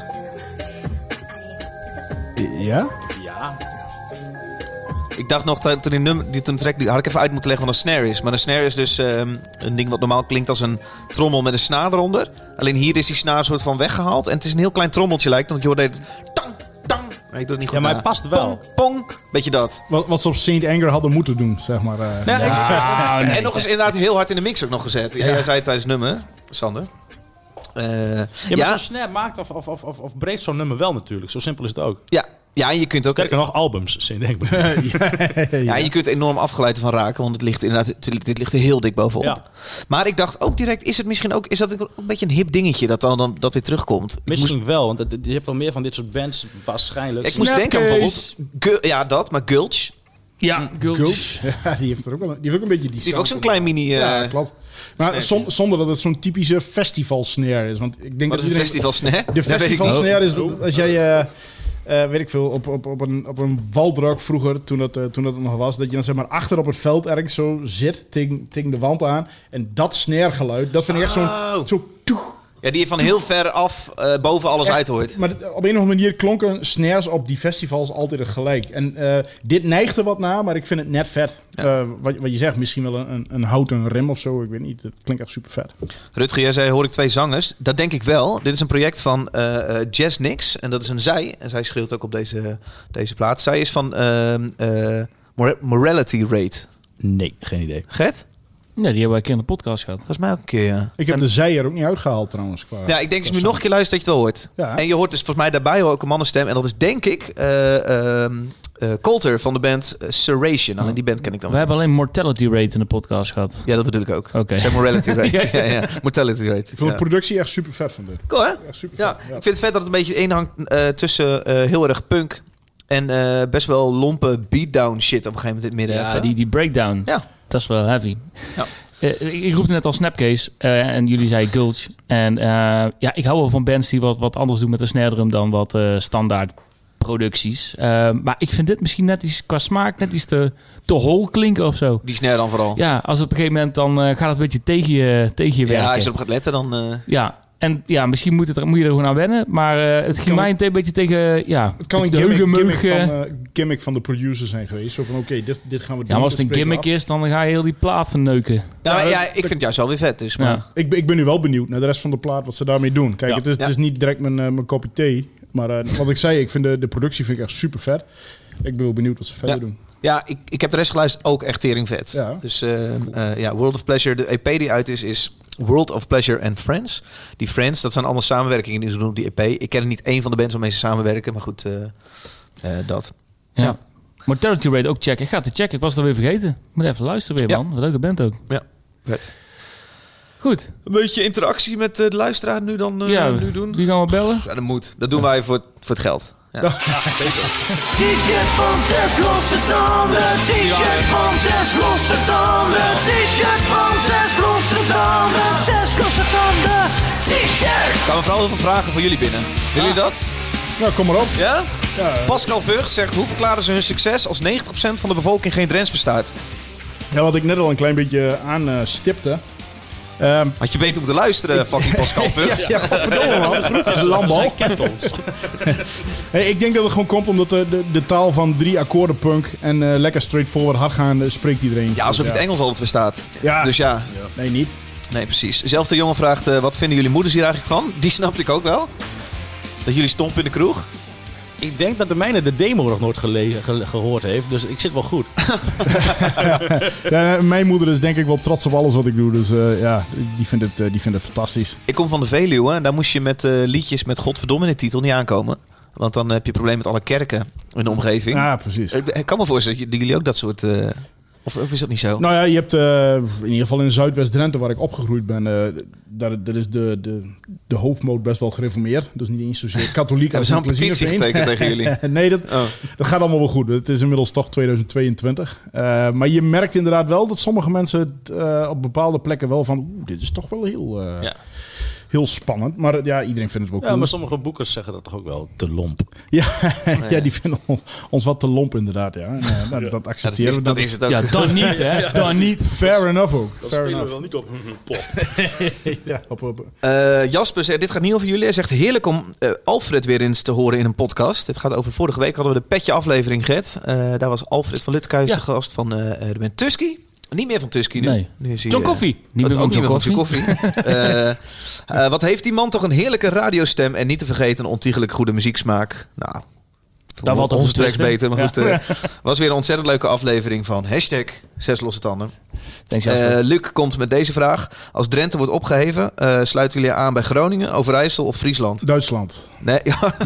Ja? Ja. Ik dacht nog, toen die track had ik even uit moeten leggen wat een snare is. Maar een snare is dus een ding wat normaal klinkt als een trommel met een snaar eronder. Alleen hier is die snaar soort van weggehaald. En het is een heel klein trommeltje lijkt, want je hoort het tang, tang. Maar ik doe het niet goed maar hij past wel. Pong, beetje dat. Wat ze op Saint Anger hadden moeten doen, zeg maar. En nog eens inderdaad heel hard in de mix ook nog gezet. Ja, jij zei het tijdens het nummer, Sander. Maar zo'n snare maakt of breekt zo'n nummer wel natuurlijk. Zo simpel is het ook. Ja, en je kunt ook... Sterker nog, albums, denk ik. Ja, je kunt er enorm afgeleid van raken, want het ligt inderdaad, dit ligt er heel dik bovenop. Ja. Maar ik dacht ook direct, is dat een beetje een hip dingetje dat weer terugkomt? Misschien wel, want je hebt wel meer van dit soort bands waarschijnlijk. Ik moest denken aan bijvoorbeeld, maar Gulch. Ja, Gulch. Ja, die heeft er ook wel die heeft ook een beetje die heeft ook zo'n klein mini... ja, klopt. Maar zonder dat het zo'n typische festival-snare is. Want ik denk Wat is een festival-snare? De festival-snare is dat als jij... weet ik veel, op een waldrak vroeger, toen dat nog was, dat je dan zeg maar achter op het veld ergens zo zit, tegen de wand aan. En dat snaregeluid, dat vind ik echt zo'n toeg. Ja, die je van heel ver af boven alles uit hoort. Maar op een of andere manier klonken snares op die festivals altijd gelijk. En dit neigt er wat naar, maar ik vind het net vet. Ja. Wat je zegt, misschien wel een houten rem of zo, ik weet niet. Het klinkt echt super vet. Rutger, jij zei, hoor ik 2 zangers? Dat denk ik wel. Dit is een project van Jazz Nix en dat is een zij. En zij schreeuwt ook op deze plaat. Zij is van Morality Rate. Nee, geen idee. Gert? Nee, die hebben wij een keer in de podcast gehad. Volgens mij ook een keer, ja. Ik heb de zij er ook niet uitgehaald trouwens. Ja, ik denk als je nu nog een keer luistert dat je het wel hoort. Ja. En je hoort dus volgens mij daarbij ook een mannenstem. En dat is denk ik Coulter van de band Serration. Alleen die band ken ik dan We hebben alleen Mortality Rate in de podcast gehad. Ja, dat bedoel ik ook. Okay. Zeg Morality Rate. ja. Mortality Rate. Ik vind de productie echt super vet van dit. Cool, hè? Ja, super vet. Ja. Ik vind het vet dat het een beetje inhangt tussen heel erg punk en best wel lompe beatdown shit op een gegeven moment in het midden. Ja, die breakdown. Ja. Dat is wel heavy. Ja. Ik roepte net al Snapcase en jullie zei Gulch. En ik hou wel van bands die wat anders doen met de snare drum dan wat standaard producties. Maar ik vind dit misschien net iets qua smaak net iets te hol klinken of zo. Die snare dan vooral. Ja, als op een gegeven moment dan gaat het een beetje tegen je werken. Ja, als je erop gaat letten dan... Ja. En ja, misschien moet je er gewoon aan wennen. Maar het ging mij een beetje tegen... Het kan een gimmick van de producer zijn geweest. Zo van, oké, dit gaan we doen. Ja, maar als het een gimmick is, dan ga je heel die plaat verneuken. Ik vind het juist wel weer vet. Dus, maar... ja. Ik ben nu wel benieuwd naar de rest van de plaat, wat ze daarmee doen. Kijk, het is niet direct mijn kopje thee. Maar wat ik zei, ik vind de productie vind ik echt super vet. Ik ben wel benieuwd wat ze verder doen. Ja, ik heb de rest geluisterd, ook echt tering vet. Ja. Dus World of Pleasure, de EP die uit is World of Pleasure and Friends. Die Friends, dat zijn allemaal samenwerkingen die ze doen op die EP. Ik ken er niet één van de bands waarmee ze samenwerken, maar goed, dat. Ja. Mortality Rate ook checken. Ik ga te checken, ik was het alweer vergeten. Ik moet even luisteren weer, man. Wat leuke band ook. Ja, vet. Goed. Een beetje interactie met de luisteraar nu dan nu doen. Wie gaan we bellen? Ja, dat moet. Dat doen wij voor het geld. Ja. T-shirt van 6 losse tanden. T-shirt van 6 losse tanden. T-shirt van 6 losse tanden. 6 losse tanden. T-shirt. Gaan we vooral heel veel vragen voor jullie binnen. Willen jullie dat? Nou, kom maar op. Ja? Pascal Vught zegt, hoe verklaren ze hun succes als 90% van de bevolking geen Drents verstaat? Ja, wat ik net al een klein beetje aanstipte. Had je beter moeten luisteren, fucking Pascal Vught. Ja, verdomme man. Landbal. Kent ons. Ik denk dat het gewoon komt omdat de taal van 3 akkoorden punk en lekker straightforward hard gaan spreekt iedereen. Ja, alsof je het Engels altijd verstaat. Ja. Dus ja. Nee, niet. Nee, precies. Zelfde jongen vraagt, wat vinden jullie moeders hier eigenlijk van? Die snapte ik ook wel. Dat jullie stompen in de kroeg. Ik denk dat de mijne de demo nog nooit gehoord heeft, dus ik zit wel goed. Mijn moeder is denk ik wel trots op alles wat ik doe, dus die vindt het fantastisch. Ik kom van de Veluwe en daar moest je met liedjes met Godverdomme in de titel niet aankomen. Want dan heb je een probleem met alle kerken in de omgeving. Ja, precies. Ik kan me voorstellen dat jullie ook dat soort... Of is dat niet zo? Nou ja, je hebt in ieder geval in Zuidwest-Drenthe, waar ik opgegroeid ben, dat is de hoofdmoot best wel gereformeerd. Dus niet eens zozeer katholiek. We zijn een petitie getekend tegen jullie. Nee, dat gaat allemaal wel goed. Het is inmiddels toch 2022. Maar je merkt inderdaad wel dat sommige mensen op bepaalde plekken wel van... dit is toch wel heel spannend. Maar iedereen vindt het wel cool. Ja, maar sommige boekers zeggen dat toch ook wel te lomp. Ja, die vinden ons wat te lomp inderdaad. Ja. En, dat accepteren we. Dat is het ook. Ja, dan niet, hè? Dan niet. Fair enough ook. Dat spelen we wel niet op pop. Ja, op. Jasper zegt, dit gaat niet over jullie. Hij zegt, heerlijk om Alfred weer eens te horen in een podcast. Dit gaat over vorige week hadden we de Petje aflevering, Gert. Daar was Alfred van Lutkehuis de gast van de band Tusky. Niet meer van Tusky nu. Nee. Nu is hij, John Coffee. Niet meer van John Coffee. Wat heeft die man toch een heerlijke radiostem en niet te vergeten een ontiegelijk goede muzieksmaak. Nou, Dat valt onstreeks beter. Maar goed, was weer een ontzettend leuke aflevering van #6losse-tanden. Luc komt met deze vraag. Als Drenthe wordt opgeheven, sluiten jullie aan bij Groningen, Overijssel of Friesland? Duitsland. Nee,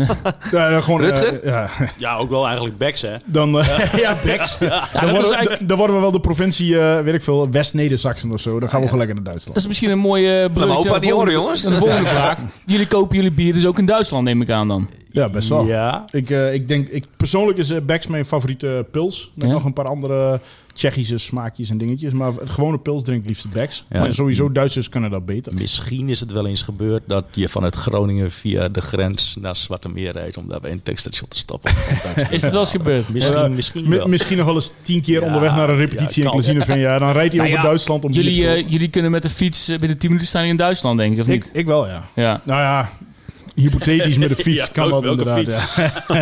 ja, gewoon, Rutger? Ja, ook wel eigenlijk Becks, hè? Dan, ja, Becks. Dan worden we wel de provincie, weet ik veel, West-Neder-Saxen of zo. Dan gaan we gewoon lekker naar Duitsland. Dat is misschien een mooie bruggetje. Opa, die horen, jongens. De volgende vraag. Jullie kopen jullie bier dus ook in Duitsland, neem ik aan dan? Ja, best wel. Ja. Ik denk, persoonlijk is Becks mijn favoriete pils. Met nog een paar andere Tsjechische smaakjes en dingetjes. Maar het gewone pils drink ik liefst Becks. Ja. Maar sowieso Duitsers kunnen dat beter. Misschien is het wel eens gebeurd dat je vanuit Groningen via de grens naar Zwarte Meer rijdt om daar bij een tankstation te stoppen. Is het wel eens gebeurd? Misschien wel. Misschien nog wel eens 10 keer onderweg naar een repetitie in Klezineveen. Ja, dan rijdt hij over Duitsland. Om jullie kunnen met de fiets binnen 10 minuten staan in Duitsland, denk ik, of niet? Ik wel, ja. Nou ja, hypothetisch met de fiets kan dat inderdaad.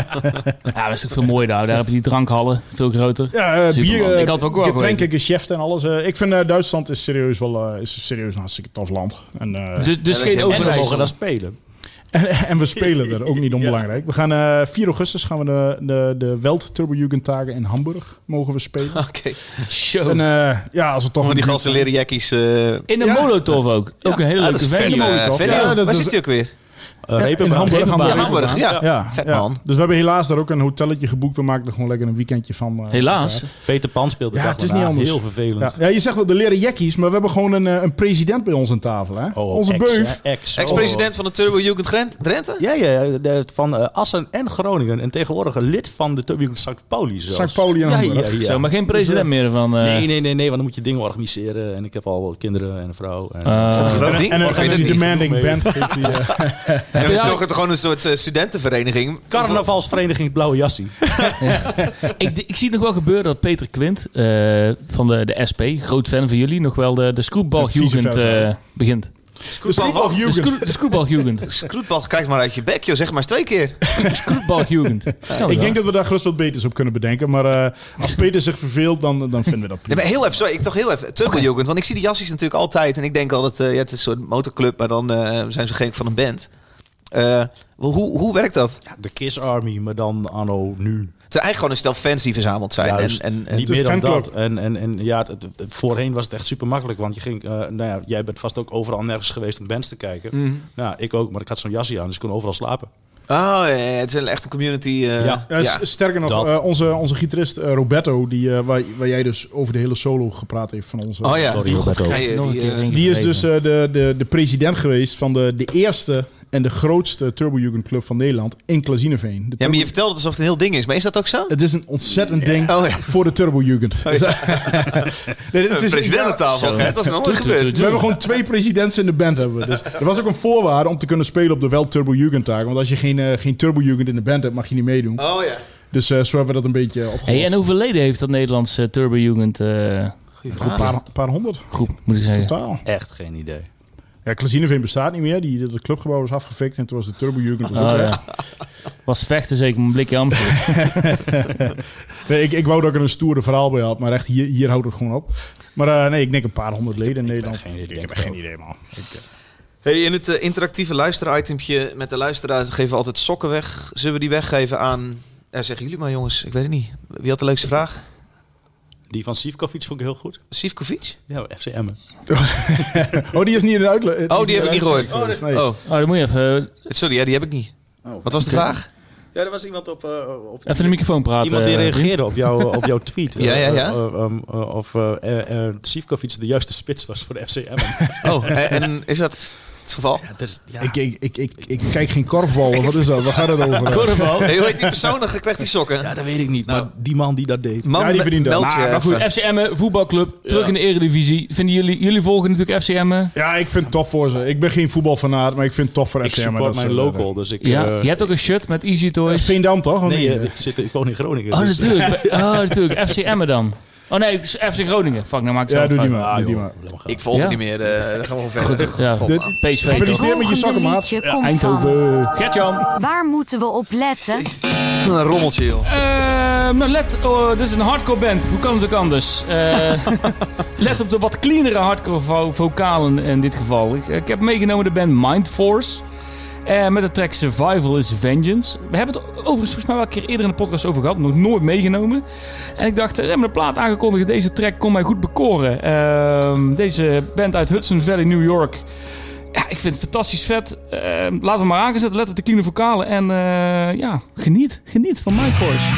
Ja, dat is ook veel mooier daar. Daar heb je die drankhallen, veel groter. Ja, bier, ik had ook wel getrenken, geschäft en alles. Ik vind Duitsland is serieus een hartstikke tof land. Dus geen Overijssel. En we mogen daar spelen. En we spelen er, ook niet onbelangrijk. We gaan 4 augustus gaan we de Welt Turbojugendtagen in Hamburg mogen we spelen. Oké. En als we toch die ganse leren jackies. In een Molotov ook. Ook een hele leuke venue. Waar zit hij ook weer? In Hamburg, ja. Vet man. Dus we hebben helaas daar ook een hotelletje geboekt. We maken er gewoon lekker een weekendje van. Helaas. Peter Pan speelde het is niet anders. Heel vervelend. Ja, je zegt wel de leren jackies, maar we hebben gewoon een president bij ons aan tafel. Hè? Onze Beuf. Ex-president van de Turbo-Jugend Drenthe? Ja, van Assen en Groningen. En tegenwoordig een lid van de Turbo-Jugend St. Pauli zelfs. St. Pauli en Hamburg. Zo, maar geen president meer van... Nee, want dan moet je dingen organiseren. En ik heb al kinderen en een vrouw. Is dat een groot ding? En een demanding band. Het is toch gewoon een soort studentenvereniging. Carnavalsvereniging Blauwe Jassie. Ik zie nog wel gebeuren dat Peter Quint van de SP, groot fan van jullie, nog wel de Scroetballjugend begint. De Scroetballjugend. Scroetbal, krijg maar uit je bek, joh. Zeg maar eens 2 keer. Scroetballjugend. Ik denk dat we daar gerust wat beters op kunnen bedenken. Maar als Peter zich verveelt, dan vinden we dat prima. Nee, maar heel even. Turboljugend. Want ik zie de jassies natuurlijk altijd. En ik denk altijd, het is een soort motorclub. Maar dan zijn ze gek van een band. Hoe werkt dat? Ja, de Kiss Army, maar dan anno nu. Het is eigenlijk gewoon een stel fans die verzameld zijn. Juist, en niet meer dan dat. En ja, voorheen was het echt super makkelijk. Want je ging, jij bent vast ook overal nergens geweest om bands te kijken. Mm. Nou, ik ook, maar ik had zo'n jasje aan, dus ik kon overal slapen. Oh, ja, het is echt een community. Sterker nog, onze gitarist Roberto, waar jij dus over de hele solo gepraat heeft van onze... Oh ja, sorry Roberto. Die is dus de president geweest van de eerste en de grootste Turbojugendclub van Nederland in Klezineveen. Ja, maar je vertelt het alsof het een heel ding is. Maar is dat ook zo? Het is een ontzettend ding voor de Turbojugend. Oh, ja. Het is presidententafel. Dat is nog nooit gebeurd. We hebben gewoon 2 presidenten in de band. Dus er was ook een voorwaarde om te kunnen spelen op de Welt Turbojugendtagen. Want als je geen Turbojugend in de band hebt, mag je niet meedoen. Oh ja. Dus zo hebben we dat een beetje opgelost. Hey, en hoeveel leden heeft dat Nederlandse Turbojugend? Een paar honderd. Groep, moet ik zeggen. Totaal. Echt geen idee. Ja, Klezineveen bestaat niet meer. Het clubgebouw was afgefikt en toen was de Turbojugend weg. Was vechten zeker een blikje Amsterdam. Nee, ik wou dat ik er een stoere verhaal bij had, maar echt hier houdt het gewoon op. Maar ik denk een paar honderd leden in Nederland. Ik heb geen idee, man. Hey, in het interactieve luisteritempje met de luisteraar geven we altijd sokken weg. Zullen we die weggeven aan... Ja, zeggen jullie maar, jongens. Ik weet het niet. Wie had de leukste vraag? Die van Sivkovic vond ik heel goed. Sivkovic? Ja, FC Emmen. die is niet in de uitleg. Die heb ik niet gehoord. Dan moet je even... Sorry, die heb ik die. Wat was de vraag? Ja, er was iemand op even de microfoon praten. Iemand die reageerde op jouw tweet. Ja. Of Sivkovic de juiste spits was voor de FC Emmen. En is dat... Het geval? Ja. Ik kijk geen korfbal. Wat is dat? Waar gaat het over? Korfbal? Hey, hoe heet die persoon? Dan krijgt die sokken. Ja, dat weet ik niet. Nou, maar die man die dat deed. Die verdient dat. Maar goed, FC Emmen, voetbalclub, terug in de Eredivisie. Vinden jullie volgen natuurlijk FC Emmen? Ja, ik vind het tof voor ze. Ik ben geen voetbalfanaat, maar ik vind het tof voor FC Emmen. Ik support mijn local, dus ik... je hebt ook een shirt met Easy Toys. Veendam toch? Nee, ik woon in Groningen. Oh, dus. Natuurlijk. FC Emmen dan. Oh nee, FC Groningen. Fuck, nou maak ik zelf. Doe die maar. Ik volg het niet meer. Dan gaan we verder. Ja. PSV. Gefeliciteerd met je zakkenmaat. Eindhoven. Gertjan. Waar moeten we op letten? Een rommeltje, joh. Dit is een hardcore band. Hoe kan het ook anders? Let op de wat cleanere hardcore vocalen in dit geval. Ik heb meegenomen de band Mind Force. Met de track Survival is Vengeance. We hebben het overigens volgens mij wel een keer eerder in de podcast over gehad. Nog nooit meegenomen. En ik dacht, we hebben de plaat aangekondigd. Deze track kon mij goed bekoren. Deze band uit Hudson Valley, New York. Ja, ik vind het fantastisch vet. Laten we maar aangezet. Let op de clean vocalen. En geniet. Geniet van Mind Force.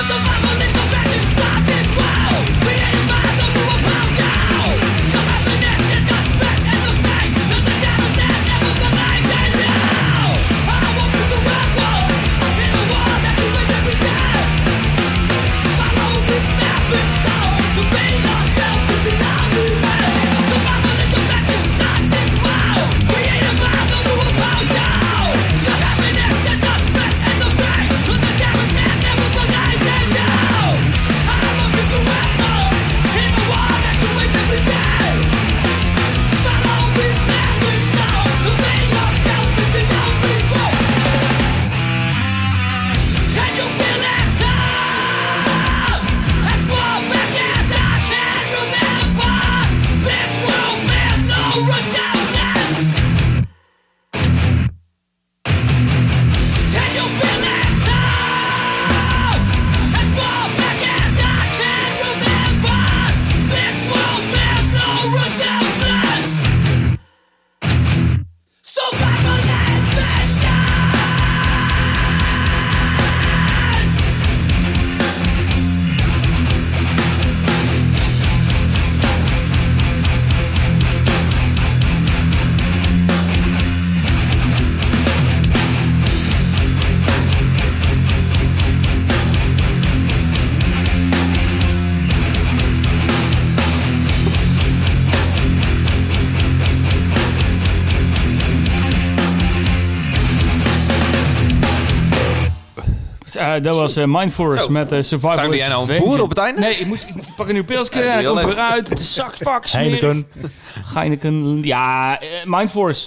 Dat was Mind Force met Survival. Zijn jij nou een boer op het einde? Nee, ik pak een nieuw pilsje en hij komt er weer uit. Het is fuck smerig. Heineken. Ja, Mind Force.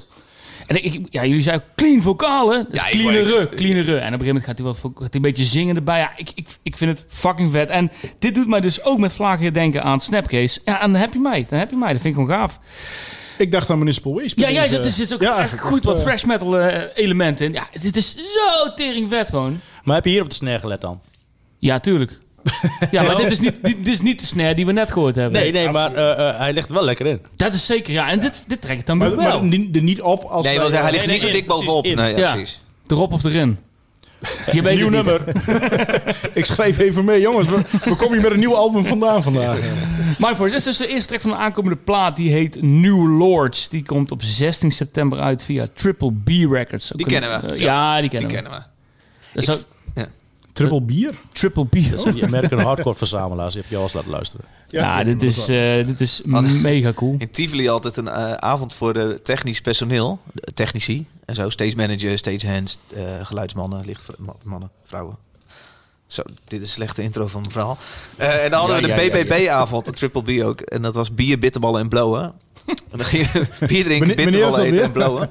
En jullie zeiden clean vocalen. Ja, cleanere. En op een gegeven moment gaat hij een beetje zingen erbij. Ja, ik vind het fucking vet. En dit doet mij dus ook met vlagen denken aan Snapcase. Ja, en dan heb je mij. Dat vind ik gewoon gaaf. Ik dacht aan Municipal Waste. Ja, er zit ook echt goed wat thrash metal elementen in. Ja, dit is zo tering vet gewoon. Maar heb je hier op de snare gelet dan? Ja, tuurlijk. Ja, maar dit is niet de snare die we net gehoord hebben. Nee, maar hij ligt er wel lekker in. Dat is zeker, ja. En dit trekt dan wel. Maar er niet op als... Nee, want hij ligt niet zo dik bovenop. Nee, precies. Erop of erin. Je weet nieuw nummer. Ik schrijf even mee, jongens. We komen hier met een nieuw album vandaan vandaag. Mind Force is dus de eerste track van de aankomende plaat. Die heet New Lords. Die komt op 16 september uit via Triple B Records. Die kennen we. Ja, die kennen we. Dat is Triple Bier? Triple Bier. Dat zijn die American hardcore verzamelaars. Die heb je al eens laten luisteren. Ja, dit is mega cool. In Tivoli altijd een avond voor de technisch personeel. Technici en zo. Stage manager, stage hands, geluidsmannen, lichtmannen, vrouwen. Zo, dit is een slechte intro van mijn verhaal. En dan hadden we de BBB-avond, de Triple B ook. En dat was bier, bitterballen en blowen. En dan ging je bier drinken, bitterballen eten en blowen.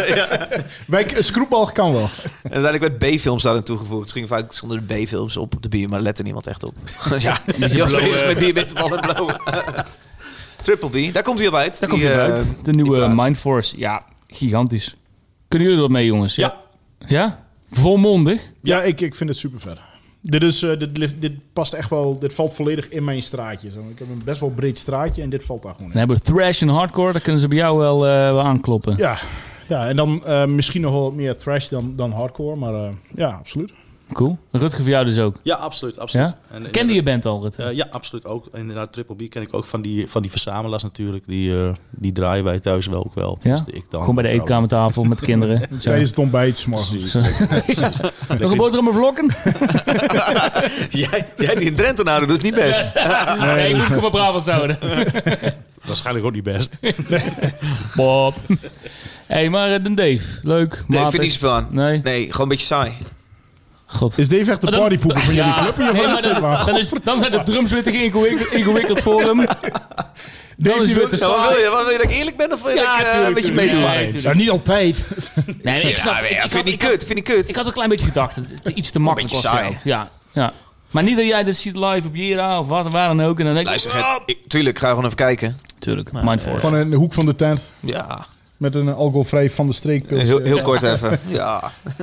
Scroepbal kan wel. En uiteindelijk werd B-films daarin toegevoegd. Het ging vaak zonder de B-films op de bier, maar lette niemand echt op. Ja, die was bezig met bier, bitterballen en blowen. Triple B, daar komt hij op uit. Daar komt hij uit. De nieuwe Mind Force. Ja, gigantisch. Kunnen jullie er wat mee, jongens? Ja. Ja? Volmondig? Ja, ik vind het super vet. Dit past echt wel. Dit valt volledig in mijn straatje. Zo. Ik heb een best wel breed straatje en dit valt daar gewoon in. Dan hebben we thrash en hardcore. Daar kunnen ze bij jou wel aankloppen. Ja, en dan misschien nog wel meer thrash dan hardcore. Maar ja, absoluut. Cool. Rutger voor jou dus ook? Ja, absoluut. Ja? Kende je band al, Rutger? Ja, absoluut ook. Inderdaad, Triple B ken ik ook van die verzamelaars natuurlijk. Die draaien wij thuis wel ook wel. Ja? Ik dan, gewoon bij de eetkamertafel met kinderen. Tijdens het ontbijt 's morgens. Precies. Nog een boterham met vlokken? jij die in Drenthe nou, dat is niet best. Nee, ik moet gewoon maar Brabant houden. Waarschijnlijk ook niet best. Bob. Hey, maar Dave, leuk. Nee, ik vind niet zo van. Nee, gewoon een beetje saai. God. Is Dave echt de partypoeper van jullie club? Dan zijn de drums weer te ingewikkeld voor hem. Dan is weer te saai. Wat wil je dat ik eerlijk ben of wil je dat je meedoen? Ja, niet altijd. Nee, ik vind niet kut. Ik had een klein beetje gedacht. Het is iets te makkelijk was voor jou. Ja. Maar niet dat jij dit ziet live op Jera of waar dan ook. En dan denk tuurlijk, ga gewoon even kijken. Tuurlijk, Mind Force. Gewoon in de hoek van de tent. Ja. Met een alcoholvrij Van der Streek pils. Heel kort even. Ja.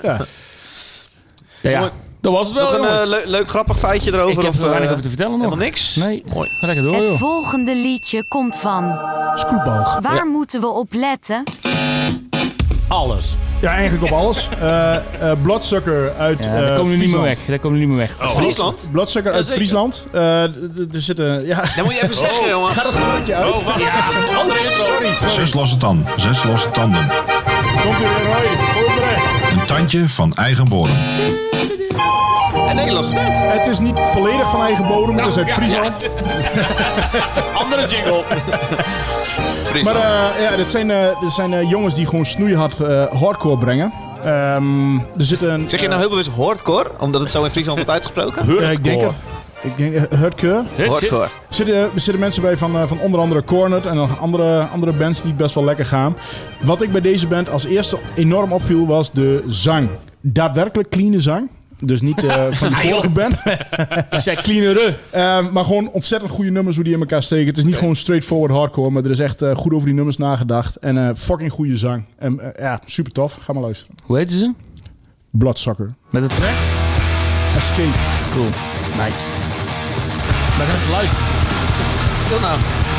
Dat was het wel, nog een leuk grappig feitje erover? Ik heb er weinig over te vertellen nog. Helemaal niks? Nee. Mooi. Lekker door, Het joh. volgende liedje komt van... Scroetbalg. Waar moeten we op letten? Alles. Ja, eigenlijk op alles. Bloodsucker uit Daar komen we niet meer weg. Friesland? Bloodsucker uit Friesland. Er zitten... Ja. Dat moet je even zeggen, jongen. Gaat het geluidje uit? Sorry. 6 losse tanden, 6 losse tanden. Komt u weer, hoi. Een tandje van eigen bodem. En Nederlandse band. Het is niet volledig van eigen bodem, het is uit Friesland. Andere jingle. Friesland. Maar dit zijn jongens die gewoon snoeihard hardcore brengen. Er zit een... Zeg je nou heel bewust hardcore? Omdat het zo in Friesland wordt uitgesproken? ik denk het. Ik denk hardcore. Hardcore. Er zitten mensen bij van onder andere Cornet en nog andere bands die best wel lekker gaan. Wat ik bij deze band als eerste enorm opviel was de zang. Daadwerkelijk clean zang. Dus niet van die vorige band. Ik zei cleanere. Maar gewoon ontzettend goede nummers hoe die in elkaar steken. Het is niet gewoon straightforward hardcore, maar er is echt goed over die nummers nagedacht. En fucking goede zang. En super tof. Ga maar luisteren. Hoe heette ze? Bloodsucker. Met de track? Escape. Cool. Nice. We gaan even luisteren. Stil nou.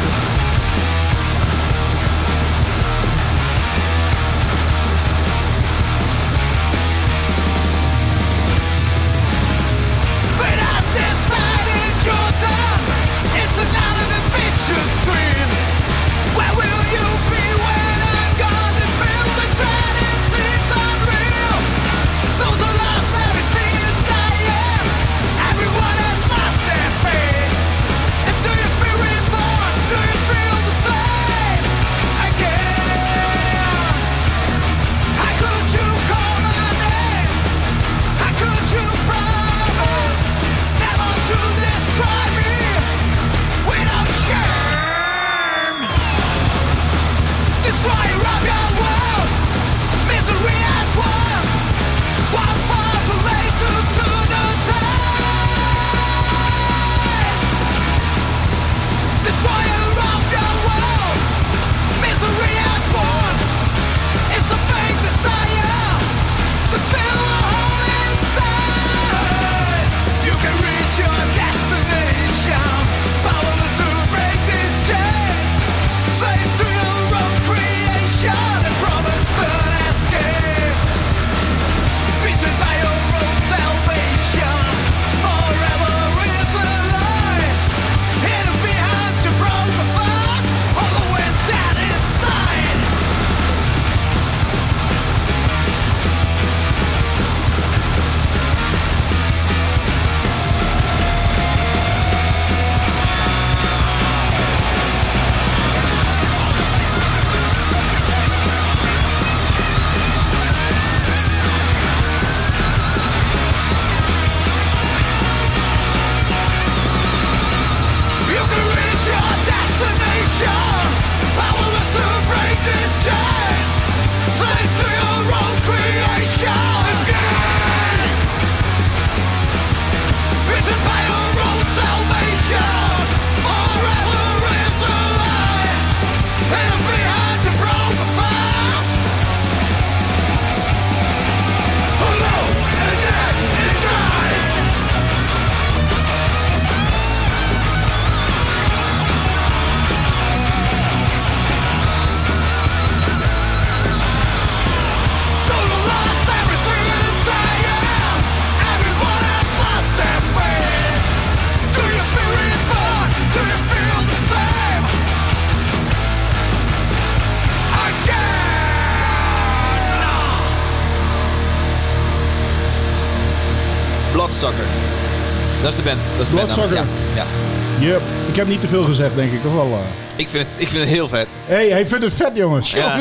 Bloodsucker. Dat is de band. Dat is de Bloodsucker. Ja. Yep. Ik heb niet te veel gezegd, denk ik. Of wel? Ik vind het heel vet. Hij vindt het vet, jongens. Ja.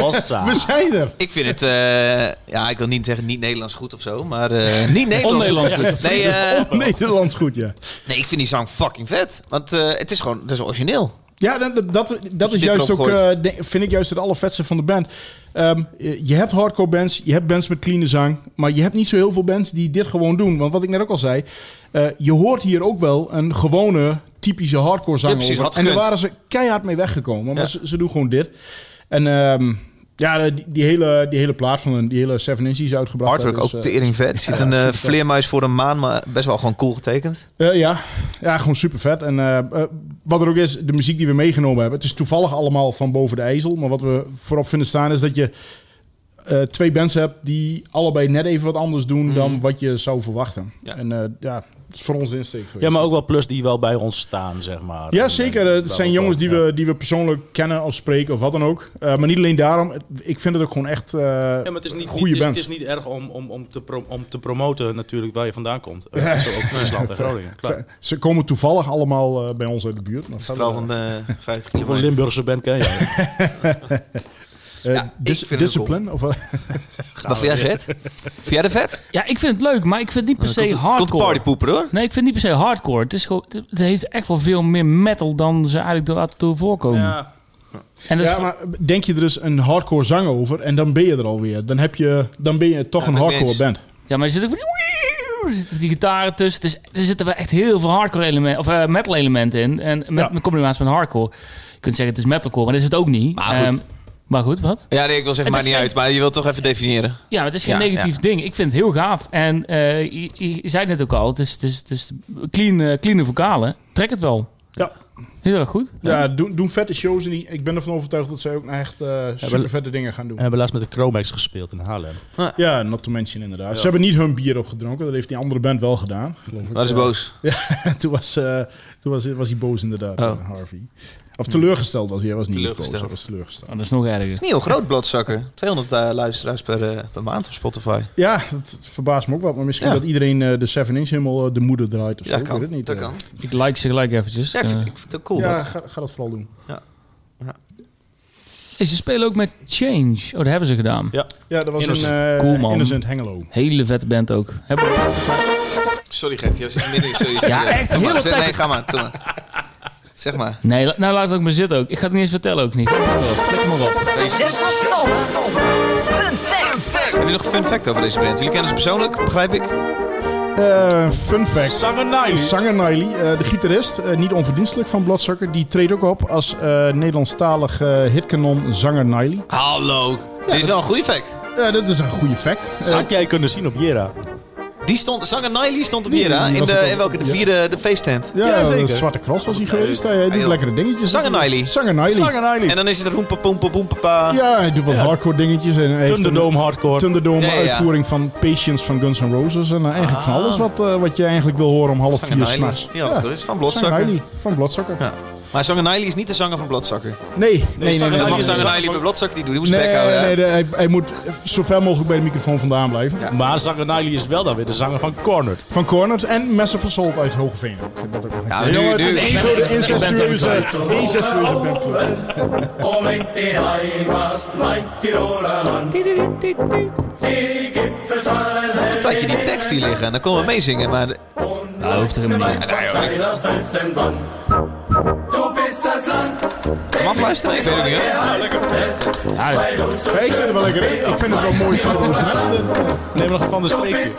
We zijn er. Ik vind het, ik wil niet zeggen niet Nederlands goed of zo, maar niet Nederlands goed. Nee, Nederlands goed, ja. Nee, ik vind die zang fucking vet. Want het is origineel. Ja, dat is juist ook, vind ik juist het allervetste van de band. Je hebt hardcore bands, je hebt bands met clean zang, maar je hebt niet zo heel veel bands die dit gewoon doen. Want wat ik net ook al zei, je hoort hier ook wel een gewone, typische hardcore zang over. En daar waren ze keihard mee weggekomen, maar ze doen gewoon dit. En Ja, die hele plaat van die hele 7 Inch die is uitgebracht. Artwork ook tering vet. Er zit een vleermuis voor een maan, maar best wel gewoon cool getekend. Ja, gewoon super vet. En wat er ook is, de muziek die we meegenomen hebben... het is toevallig allemaal van boven de IJssel. Maar wat we voorop vinden staan is dat je 2 bands hebt... die allebei net even wat anders doen dan wat je zou verwachten. Ja. En dat is voor ons de insteek geweest. Ja, maar ook wel plus die wel bij ons staan, zeg maar. Ja, zeker. Het zijn jongens die we persoonlijk kennen of spreken of wat dan ook. Maar niet alleen daarom. Ik vind het ook gewoon echt maar het is niet, goede bands. Het is niet erg om te promoten natuurlijk waar je vandaan komt. Zo ook Friesland en Groningen. Klaar. Ze komen toevallig allemaal bij ons uit de buurt. Straal van 50 kilometer. Een Limburgse band ken je. Discipline? Of, wat vind jij, Gert? Vind jij de vet? Ja, ik vind het leuk, maar ik vind het niet per se hardcore. Komt partypoeper, hoor. Nee, ik vind het niet per se hardcore. Het is gewoon, het heeft echt wel veel meer metal dan ze eigenlijk laten voorkomen. Ja. En maar denk je er dus een hardcore zang over en dan ben je er alweer. Dan ben je toch een hardcore band. Ja, maar er zitten die gitaren tussen. Er zitten wel echt heel veel hardcore elementen of metal elementen in. En met combinatie met hardcore. Je kunt zeggen het is metalcore, maar dat is het ook niet. Maar goed, wat? Ja, nee, ik wil zeggen, maar niet uit. Maar je wilt toch even definiëren. Ja, maar het is geen negatief ding. Ik vind het heel gaaf. En je zei het net ook al. Het is clean vocalen. Trek het wel. Ja. Heel erg goed. Ja, doen vette shows. En ik ben ervan overtuigd dat zij ook echt super vette dingen gaan doen. We hebben laatst met de Chromex gespeeld in Haarlem. Ja, not to mention inderdaad. Ja. Ze hebben niet hun bier opgedronken. Dat heeft die andere band wel gedaan. Waar is boos? Ja, toen was hij boos inderdaad, Harvey. Of teleurgesteld was hij. Hij was niet boos, hij was teleurgesteld. Dat is nog erger. Het is niet heel groot, Bloodsucker. 200 luisteraars per maand op Spotify. Ja, dat verbaast me ook wat. Maar misschien dat iedereen de 7 Inch helemaal de moeder draait. Of zo. Ja, ik weet het niet. Dat kan. Ik like ze gelijk eventjes. Ja, ik vind het ook cool. Ja, ga dat vooral doen. Ja. Ze spelen ook met Change. Oh, dat hebben ze gedaan. Ja, dat was cool, man. Innocent Hengelo. Hele vette band ook. Sorry, Gert. Je zit midden in ja, echt heel vet. Nee, ga maar. Zeg maar. Nee, nou laat ik maar zitten ook. Ik ga het niet eens vertellen ook niet. Flikker maar op. Fun fact. Heb je nog een fun fact over deze band? Jullie kennen ze persoonlijk, begrijp ik? Fun fact. Zanger Niley, de gitarist, niet onverdienstelijk van Bloodsucker, die treedt ook op als Nederlandstalig hitkanon Zanger Niley. Hallo. Dit is wel een goede fact. Ja, dat is een goede fact. Zou jij kunnen zien op Jera? Zanger Niley stond op Jera in welke? De feesttent. Ja, zeker. De Zwarte Cross was hij geweest. Hij doet lekkere dingetjes. Zanger Niley. En dan is het roempa poempa poempa. Ja, hij doet wat hardcore dingetjes. Thunderdome hardcore. Thunderdome uitvoering van Patience van Guns N' Roses. En eigenlijk van alles wat je eigenlijk wil horen om 3:30 s'nachts. Ja, dat is van Bloodsucker. Van Bloodsucker. Ja. Maar Zanger Niley is niet de zanger van Bloodsucker. Nee. Dat mag Zanger Niley bij Bloodsucker die moest bek houden. Nee, hij moet zo ver mogelijk bij de microfoon vandaan blijven. Ja. Maar Zanger Niley is wel dan weer de zanger van Cornered. Van Cornered en Massive Assault uit Hoogeveen. Ja, nu. Het is één grote incestueuze bandclub. Een tijdje die tekst hier liggen en dan komen we meezingen, maar... Nou, hoeft er helemaal niet. Kom afluisteren? Ik weet het niet, hè? Ja, ik zit er wel lekker in. Ik vind het wel mooi zo. Neem nog van de streekje.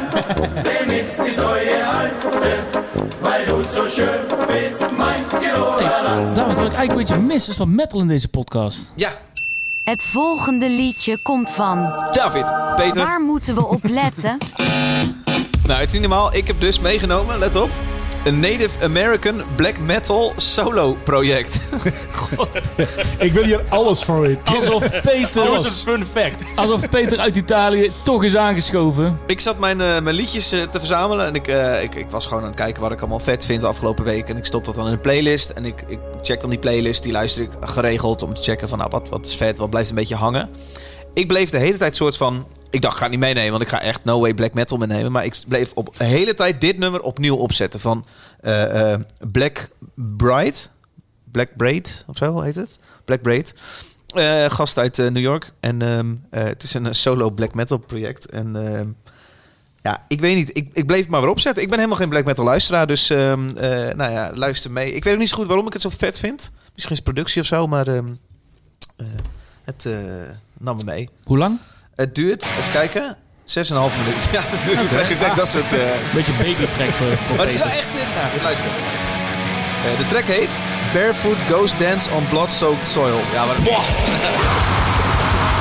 David, wat ik eigenlijk een beetje mis is wat metal in deze podcast. Ja. Het volgende liedje komt van... David, Peter. Waar moeten we op letten? Nou, het is niet normaal. Ik heb dus meegenomen, let op, een Native American black metal solo project. God. Ik wil hier alles van weten. Alsof Peter... Dat was een fun fact. Alsof Peter uit Italië toch is aangeschoven. Ik zat mijn liedjes te verzamelen. En ik was gewoon aan het kijken wat ik allemaal vet vind de afgelopen week. En ik stop dat dan in een playlist. En ik check dan die playlist. Die luister ik geregeld om te checken van wat is vet, wat blijft een beetje hangen. Ik bleef de hele tijd soort van... Ik dacht, ik ga het niet meenemen, want ik ga echt no way black metal meenemen. Maar ik bleef op de hele tijd dit nummer opnieuw opzetten. Van Black Braid, of zo heet het. Black Braid. Gast uit New York. En het is een solo black metal project. En ja, ik weet niet. Ik bleef het maar weer opzetten. Ik ben helemaal geen black metal luisteraar. Dus nou ja, luister mee. Ik weet ook niet zo goed waarom ik het zo vet vind. Misschien is het productie of zo, maar het nam me mee. Hoe lang? Het duurt, even kijken, 6,5 minuten. Ja, natuurlijk. Ik denk dat soort... Beetje babytrack voor maar het is wel echt... Nou, luister. De track heet Barefoot Ghost Dance on Blood-Soaked Soil. Ja, maar...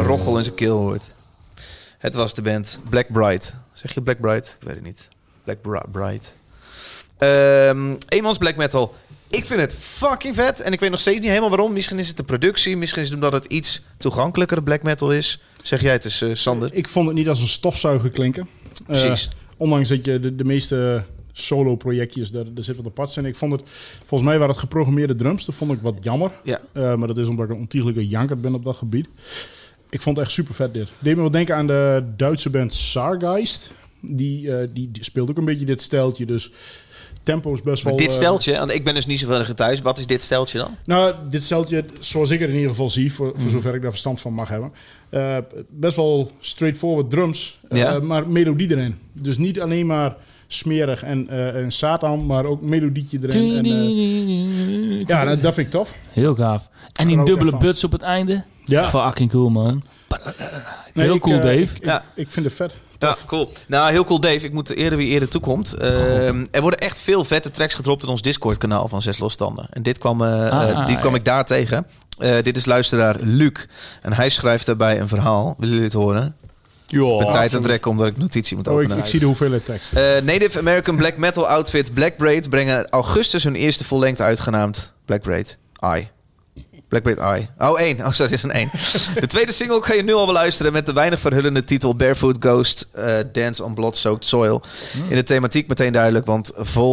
rochel in zijn keel hoort. Het was de band Black Bright. Zeg je Black Bright? Ik weet het niet. Black Bright. Eenmans black metal. Ik vind het fucking vet. En ik weet nog steeds niet helemaal waarom. Misschien is het de productie. Misschien is het omdat het iets toegankelijker black metal is. Zeg jij het eens, Sander? Ik vond het niet als een stofzuiger klinken. Precies. Ondanks dat je de meeste solo-projectjes, daar zit wat apart zijn. Ik vond het, volgens mij waren het geprogrammeerde drums. Dat vond ik wat jammer. Ja. Maar dat is omdat ik een ontiegelijke janker ben op dat gebied. Ik vond het echt super vet dit. Deed me wat denken aan de Duitse band Sargeist. Die speelt ook een beetje dit stijltje. Dus tempo is best wel... Dit steltje, want ik ben dus niet zoveel thuis. Wat is dit steltje dan? Nou, dit steltje, zoals ik het in ieder geval zie, voor zover ik daar verstand van mag hebben. Best wel straightforward drums, maar melodie erin. Dus niet alleen maar smerig en Satan, maar ook melodietje erin. Ja, dat vind ik tof. Heel gaaf. En die dubbele buts op het einde. Ja. Fucking cool, man. Heel cool, Dave. Ik vind het vet. Ja, cool. Nou, heel cool, Dave. Ik moet eerder wie eerder toekomt. Er worden echt veel vette tracks gedropt in ons Discord-kanaal van 6 Losse Tanden. En dit kwam ik daar tegen. Dit is luisteraar Luc. En hij schrijft daarbij een verhaal. Willen jullie het horen? Ja. Met tijd aan het rekken omdat ik notitie moet openen. Ik zie de hoeveelheid tekst. Native American black metal outfit Black Braid brengen augustus hun eerste vollengte uit genaamd Black Braid Eye. Black Braid Eye. Oh, 1. Oh, sorry, dit is een 1. De tweede single ga je nu al beluisteren met de weinig verhullende titel Barefoot Ghost Dance on Blood-Soaked Soil. In de thematiek meteen duidelijk, want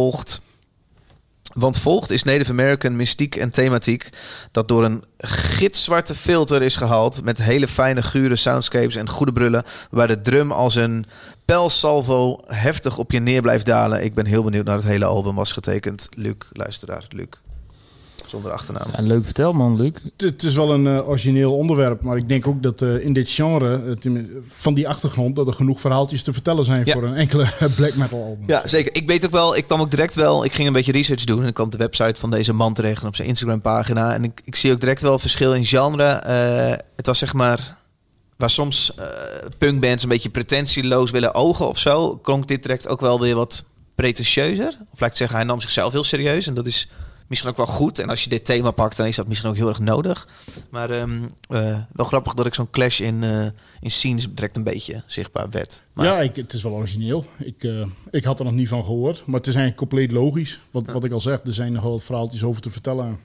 volgt is Native American mystiek en thematiek dat door een gitzwarte filter is gehaald met hele fijne gure soundscapes en goede brullen, waar de drum als een pijlsalvo heftig op je neer blijft dalen. Ik ben heel benieuwd naar het hele album. Was getekend Luc, luisteraar Luc. Zonder achternaam. Ja, leuk vertel, man, Luc. Het is wel een origineel onderwerp, maar ik denk ook dat in dit genre, van die achtergrond, dat er genoeg verhaaltjes te vertellen zijn voor een enkele black metal album. Ja, zeker. Ik weet ook wel, ik ging een beetje research doen en ik kwam op de website van deze man terecht en op zijn Instagram pagina. En ik zie ook direct wel verschil in genre. Het was zeg maar, waar soms punkbands een beetje pretentieloos willen ogen of zo, klonk dit direct ook wel weer wat pretentieuzer. Of laat ik zeggen, hij nam zichzelf heel serieus en dat is misschien ook wel goed. En als je dit thema pakt, dan is dat misschien ook heel erg nodig. Maar wel grappig dat ik zo'n clash in scenes direct een beetje zichtbaar werd. Maar ja, het is wel origineel. Ik had er nog niet van gehoord. Maar het is eigenlijk compleet logisch. Wat ik al zeg, er zijn nog wel wat verhaaltjes over te vertellen.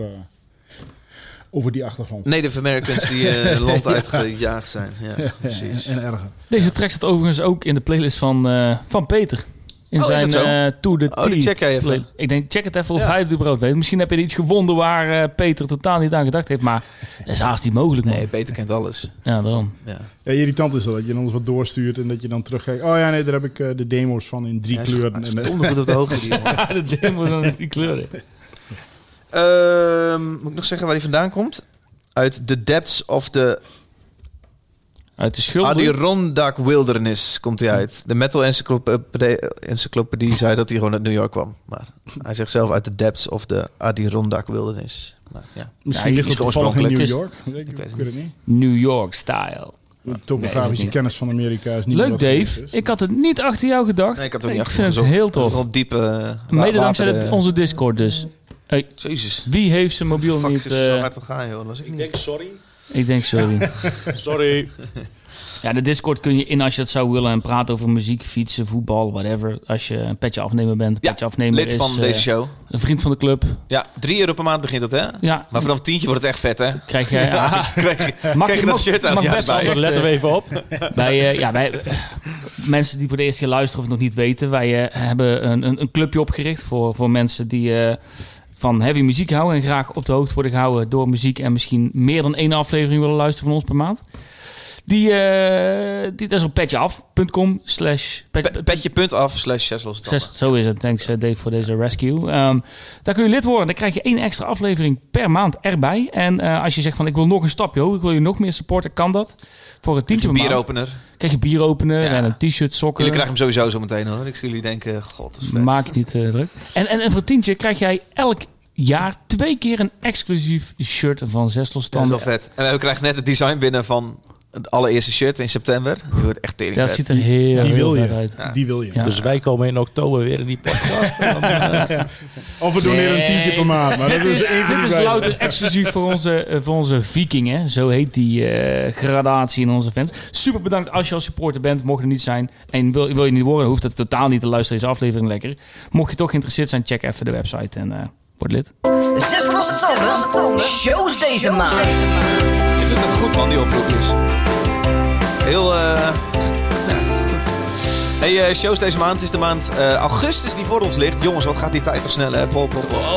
Over die achtergrond. Native Americans die land uitgejaagd zijn. Ja, precies. En erger. Deze track staat overigens ook in de playlist van Peter. In zijn To The Teeth. Die check jij even. Ik denk, check het even of hij het überhaupt weet. Misschien heb je iets gevonden waar Peter totaal niet aan gedacht heeft. Maar dat is haast niet mogelijk, man. Nee, Peter kent alles. Ja, daarom. Ja. Ja, irritant is dat je dan eens wat doorstuurt en dat je dan terugkijkt. Oh ja, nee, daar heb ik de demo's van in 3 kleuren. Stond goed op de hoogte. De demo's van in 3 kleuren. Moet ik nog zeggen waar hij vandaan komt? Uit The Depths of the... Uit de schuld. Adirondack Wilderness komt hij uit. De metal encyclopedie zei dat hij gewoon uit New York kwam. Maar hij zegt zelf uit de depths of the Adirondack Wilderness. Maar, ja. Misschien ligt het toevallig in New York. Ik weet het niet. New York style. De topografische kennis van Amerika is niet leuk, Dave. Ik had het niet achter jou gedacht. Nee, ik had het niet vind het heel tof. Wel diepe mede dankzij onze Discord dus. Hey, Jezus. Wie heeft zijn mobiel fuck niet... zo hard te gaan, joh. Dat was Ik denk sorry. Ik denk sorry. Sorry. Ja, de Discord kun je in als je dat zou willen en praten over muziek, fietsen, voetbal, whatever. Als je een petje afnemer bent. Petje afnemer lid van deze show. Een vriend van de club. Ja, €3 per maand begint dat, hè? Ja. Maar vanaf $10 wordt het echt vet, hè? Krijg jij... krijg je dat shirt aan. Ja, best wel. Letten we even op. Bij mensen die voor de eerste keer luisteren of het nog niet weten. Wij hebben een clubje opgericht voor mensen die... van heavy muziek houden en graag op de hoogte worden gehouden door muziek en misschien meer dan 1 aflevering willen luisteren van ons per maand. Dat is op petjeaf.com Petje.af/6losse. Zo is het. Thanks Dave voor deze rescue. Daar kun je lid worden. Dan krijg je 1 extra aflevering per maand erbij. En als je zegt van ik wil nog een stapje hoger, ik wil je nog meer supporten, kan dat. Voor een tientje per maand. Bieropener. Krijg je bieropener en een t-shirt, sokken. Jullie krijgen hem sowieso zo meteen, hoor. Ik zie jullie denken, god, dat is vet. Maak je niet druk. En voor tientje krijg jij elk jaar 2 keer een exclusief shirt van 6 Losse Tanden. Dat is wel vet. En we krijgen net het design binnen van Het allereerste shirt in september. Die wordt echt tering. Dat ziet er heel vet uit. Ja. Die wil je. Ja. Dus wij komen in oktober weer in die podcast. Of we doneren een tientje per maand. Maar dat is Dit is louter exclusief voor onze vikingen. Zo heet die gradatie in onze fans. Super bedankt als je als supporter bent. Mocht er niet zijn. En wil je niet worden, hoeft het totaal niet te luisteren. Deze aflevering lekker. Mocht je toch geïnteresseerd zijn, check even de website en word lid. 6 losse tanden. Shows deze maand. Je doet het goed, man, die oproepjes. Heel, goed. Hey, shows deze maand. Het is de maand augustus die voor ons ligt. Jongens, wat gaat die tijd toch snel, hè? Pol.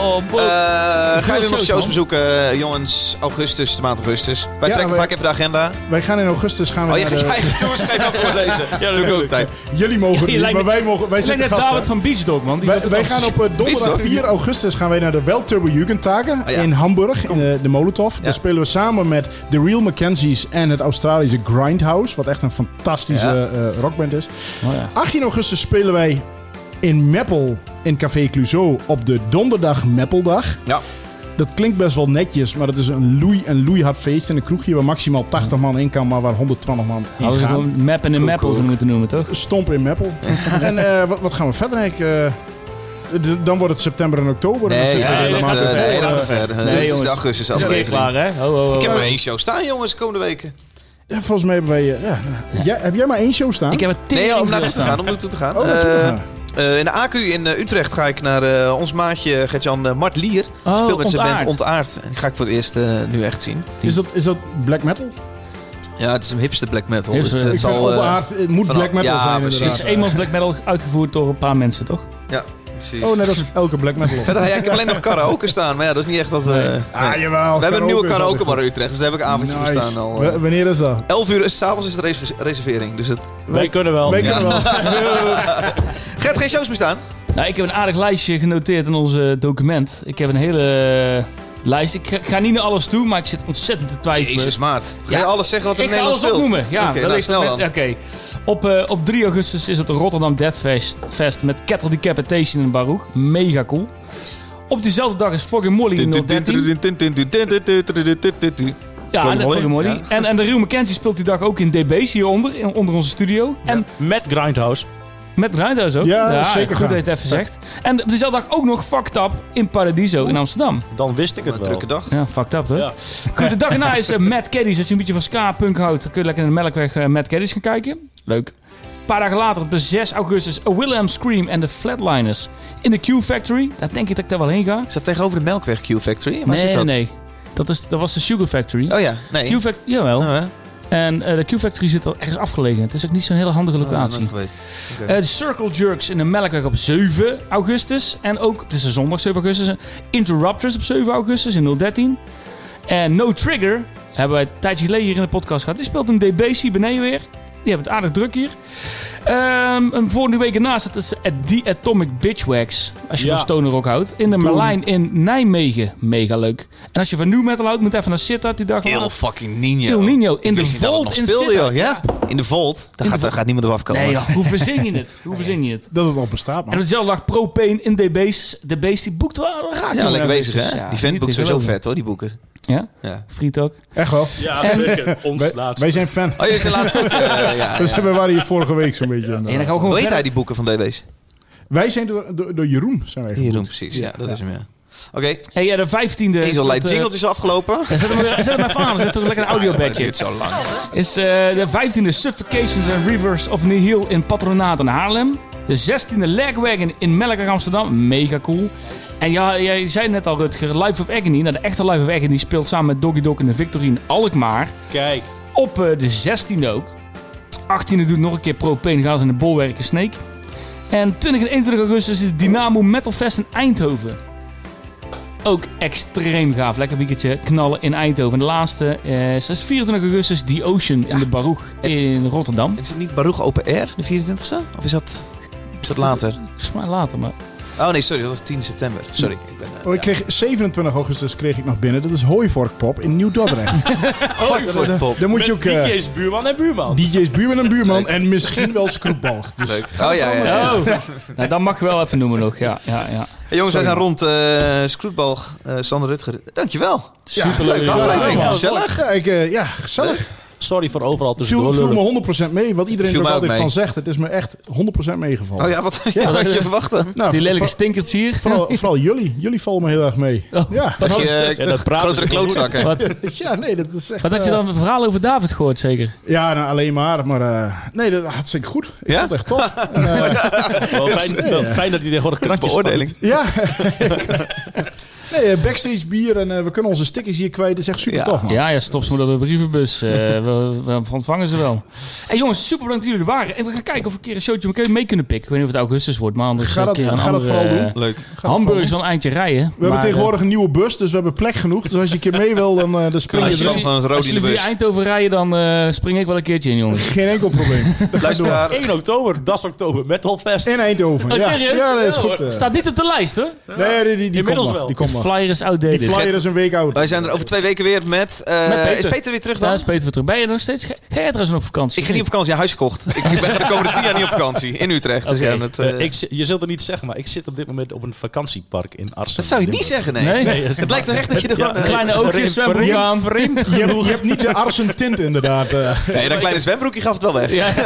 Gaan jullie nog shows bezoeken, jongens? Augustus, de maand augustus. Wij trekken vaak even de agenda. Wij gaan in augustus gaan we je gaat je eigen tourschema voorlezen. Ja, dat doe ik ook tijd. Jullie mogen niet, maar wij mogen. Wij zijn net David van Beach Dog, man. Wij gaan op donderdag 4 augustus gaan wij naar de Weltturbo-Jugendtage in Hamburg, in de Molotov. Daar spelen we samen met The Real Mackenzies en het Australische Grindhouse, wat echt een fantastische rockband is. 18 augustus spelen wij in Meppel in Café Clouseau op de donderdag Meppeldag. Ja. Dat klinkt best wel netjes, maar het is een loeihard feest in een kroegje waar maximaal 80 man in kan, maar waar 120 man in gaan. Hadden ze gewoon Map in Meppel moeten noemen, toch? Stomp in Meppel. En wat gaan we verder eigenlijk? Dan wordt het september en oktober. Nee, dat verder. Nee, jongens. Augustus aflevering. Klaar, hè? Ik heb maar 1 show staan, jongens, de komende weken. Ja, volgens mij hebben wij... heb jij maar 1 show staan? Ik heb het om naartoe te gaan. Om naartoe te gaan. In de AQ in Utrecht ga ik naar ons maatje Gert-Jan Mart Lier. Speelt met zijn band Ontaard. En die ga ik voor het eerst nu echt zien. Is dat black metal? Ja, het is een hipste black metal. Het moet black metal zijn. Het is eenmaals black metal uitgevoerd door een paar mensen, toch? Ja. Precies. Oh, net als elke black metal. Verder, ik heb alleen nog karaoke staan. Maar ja, dat is niet echt dat we... jawel. We hebben een nieuwe karaoke bar in Utrecht. Dus daar heb ik avondje voor staan al. Wanneer is dat? 11 uur s'avonds is de reservering. Dus wij kunnen wel. Gert, geen shows meer staan? Nou, ik heb een aardig lijstje genoteerd in ons document. Ik heb een hele lijst. Ik ga niet naar alles toe, maar ik zit ontzettend te twijfelen. Jezus, maat. Ga je alles zeggen wat er in Nederland speelt? Ik ga alles opnoemen. Ja, Oké, snel dan. Oké. Op 3 augustus is het Rotterdam Death Fest met Cattle Decapitation in Baruch. Mega cool. Op diezelfde dag is Fucking Molly in 013. Ja, en Fucking Molly. En de Real Mackenzie speelt die dag ook in DB's hieronder, onder onze studio. Ja. En met Grindhouse. Met Grindhouse ook? Ja, zeker. Goed dat je het even zegt. En op dezelfde dag ook nog Fucked Up in Paradiso in Amsterdam. Dan wist ik het wel. Een drukke dag. Ja, Fucked Up, hè? Ja. Goed, de dag erna is Mad Caddies. Als je een beetje van ska-punk houdt, dan kun je lekker in de Melkweg Mad Caddies gaan kijken. Leuk. Een paar dagen later, op de 6 augustus, A Wilhelm Scream en de Flatliners in de Q Factory. Daar denk ik dat ik daar wel heen ga. Is dat tegenover de Melkweg Q Factory? Waar zit dat? Nee. Dat was de Sugar Factory. Oh ja, nee. Jawel. Oh, en de Q Factory zit al ergens afgelegen. Het is ook niet zo'n hele handige locatie. De Circle Jerks in de Melkweg op 7 augustus. En ook, het is een zondag 7 augustus. Interrupters op 7 augustus in 013. En No Trigger hebben wij een tijdje geleden hier in de podcast gehad. Die speelt een DB's hier beneden weer. Die hebben het aardig druk hier. Een volgende week ernaast, dat is The Atomic Bitchwax. Als je van stoner rock houdt. In de Merlijn in Nijmegen. Mega leuk. En als je van nu metal houdt, moet even naar Sittard die dag. Il fucking Nino. Il Nino. In de Volt in Sittard. Ja, in de Volt. Daar gaat niemand eraf komen. Nee, hoe verzin je het? Dat het al bestaat, man. En op dezelfde dag Propane in DB's. De Beest die boekt wel graag. Ja, lekker bezig, hè? Ja, die vent boekt sowieso vet, hoor, die boeker. Ja? Friet ook. Echt wel? Ja, zeker. Ons laatste. Wij zijn fan. Oh, jullie zijn laatste ook? Dus we waren hier vorige week zo'n beetje. Hoe heet hij, die boeken van DB's? Wij zijn door Jeroen. Zijn wij Jeroen, precies. Ja, dat is hem, ja. Oké. Hey, de 15e... Ezel-light jingle is afgelopen. Zet hem maar van. Zet toch lekker een audiobadje. Het zo lang. Is de 15e Suffocations and Rivers of Nihil in Patronaat in Haarlem. De 16e Lagwagon in Melkweg Amsterdam. Mega cool. En ja, jij zei net al, Rutger, Life of Agony. Nou, de echte Life of Agony speelt samen met Doggy Dog in de Victory in Alkmaar. Kijk. Op de 16e ook. 18e doet nog een keer Propane, gaan ze in de Bolwerken Snake. En 20 en 21 augustus is Dynamo Metal Fest in Eindhoven. Ook extreem gaaf. Lekker weekendje knallen in Eindhoven. En de laatste is 24 augustus The Ocean in de Baruch in Rotterdam. Is het niet Baruch Open Air, de 24e? Of is dat later? Is maar later, maar... Oh nee, sorry, dat was 10 september. Sorry. Ik kreeg 27 augustus kreeg ik nog binnen. Dat is Hooivorkpop in Nieuw-Dordrecht. Hooivorkpop. Dan moet je ook... DJ's buurman en buurman. DJ's buurman en buurman. En misschien wel Scroepbalg. Dus leuk. Oh ja. Nou, dat mag je wel even noemen nog. Ja. Hey, jongens, wij zijn rond Scroetbalg, Sander Rutger. Dankjewel. Superleuk. Leuke aflevering. Gezellig. Ja, gezellig. Sorry voor overal tussendoor. Viel me 100% mee. Wat iedereen er altijd van zegt. Het is me echt 100% meegevallen. Oh ja, wat had je verwacht? Nou, die lelijke stinkers hier. Vooral jullie. Jullie vallen me heel erg mee. Oh. Ja. Dat grotere klootzakken. Ja, nee, dat is echt... Wat had je dan een verhaal over David gehoord, zeker? Ja, nou, alleen maar. Maar nee, dat hartstikke goed. Ik vond het echt tof. Fijn dat hij tegenwoordig krantjes beoordeling. Ja. Nee, backstage bier en we kunnen onze stickers hier kwijt. Dat is echt super tof, man. Ja, stop ze maar door de brievenbus. We ontvangen ze wel. Hey jongens, super bedankt dat jullie er waren. En we gaan kijken of we een keer een showtje mee kunnen pikken. Ik weet niet of het augustus wordt, maar anders ga dat vooral doen. Leuk. Hamburg is wel een eindje rijden. We hebben tegenwoordig een nieuwe bus, dus we hebben plek genoeg. Dus als je een keer mee wil, dan spring je erop. Als jullie via Eindhoven rijden, dan spring ik wel een keertje in, jongens. Geen enkel probleem. Luisteraar. 1 oktober, Das Oktober, Metal Fest. In Eindhoven. Oh, serieus? Ja, dat is goed. Staat niet op de lijst, hoor. Nee, die inmiddels komt wel. Die komt de flyer is outdated. Die flyer is een week oud. Wij zijn er over 2 weken weer met Peter. Is Peter weer terug dan? Ja, is Peter weer terug. Ben je nog steeds... Ga jij trouwens nog op vakantie? Ik ga niet op vakantie, huis gekocht. Ik ben de komende 10 jaar niet op vakantie. In Utrecht. Okay. Dus je zult het niet zeggen, maar ik zit op dit moment op een vakantiepark in Arsen. Dat zou je niet zeggen, nee. Het lijkt toch echt dat je er gewoon... Een kleine oogjes, zwembroek aan. Je hebt niet de Arsen tint inderdaad. Nee, dat kleine zwembroekje gaf het wel weg. Ja.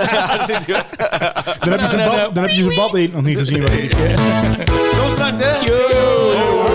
Dan heb je zijn bad nog niet gezien. Jongens, bedankt hè. Yo.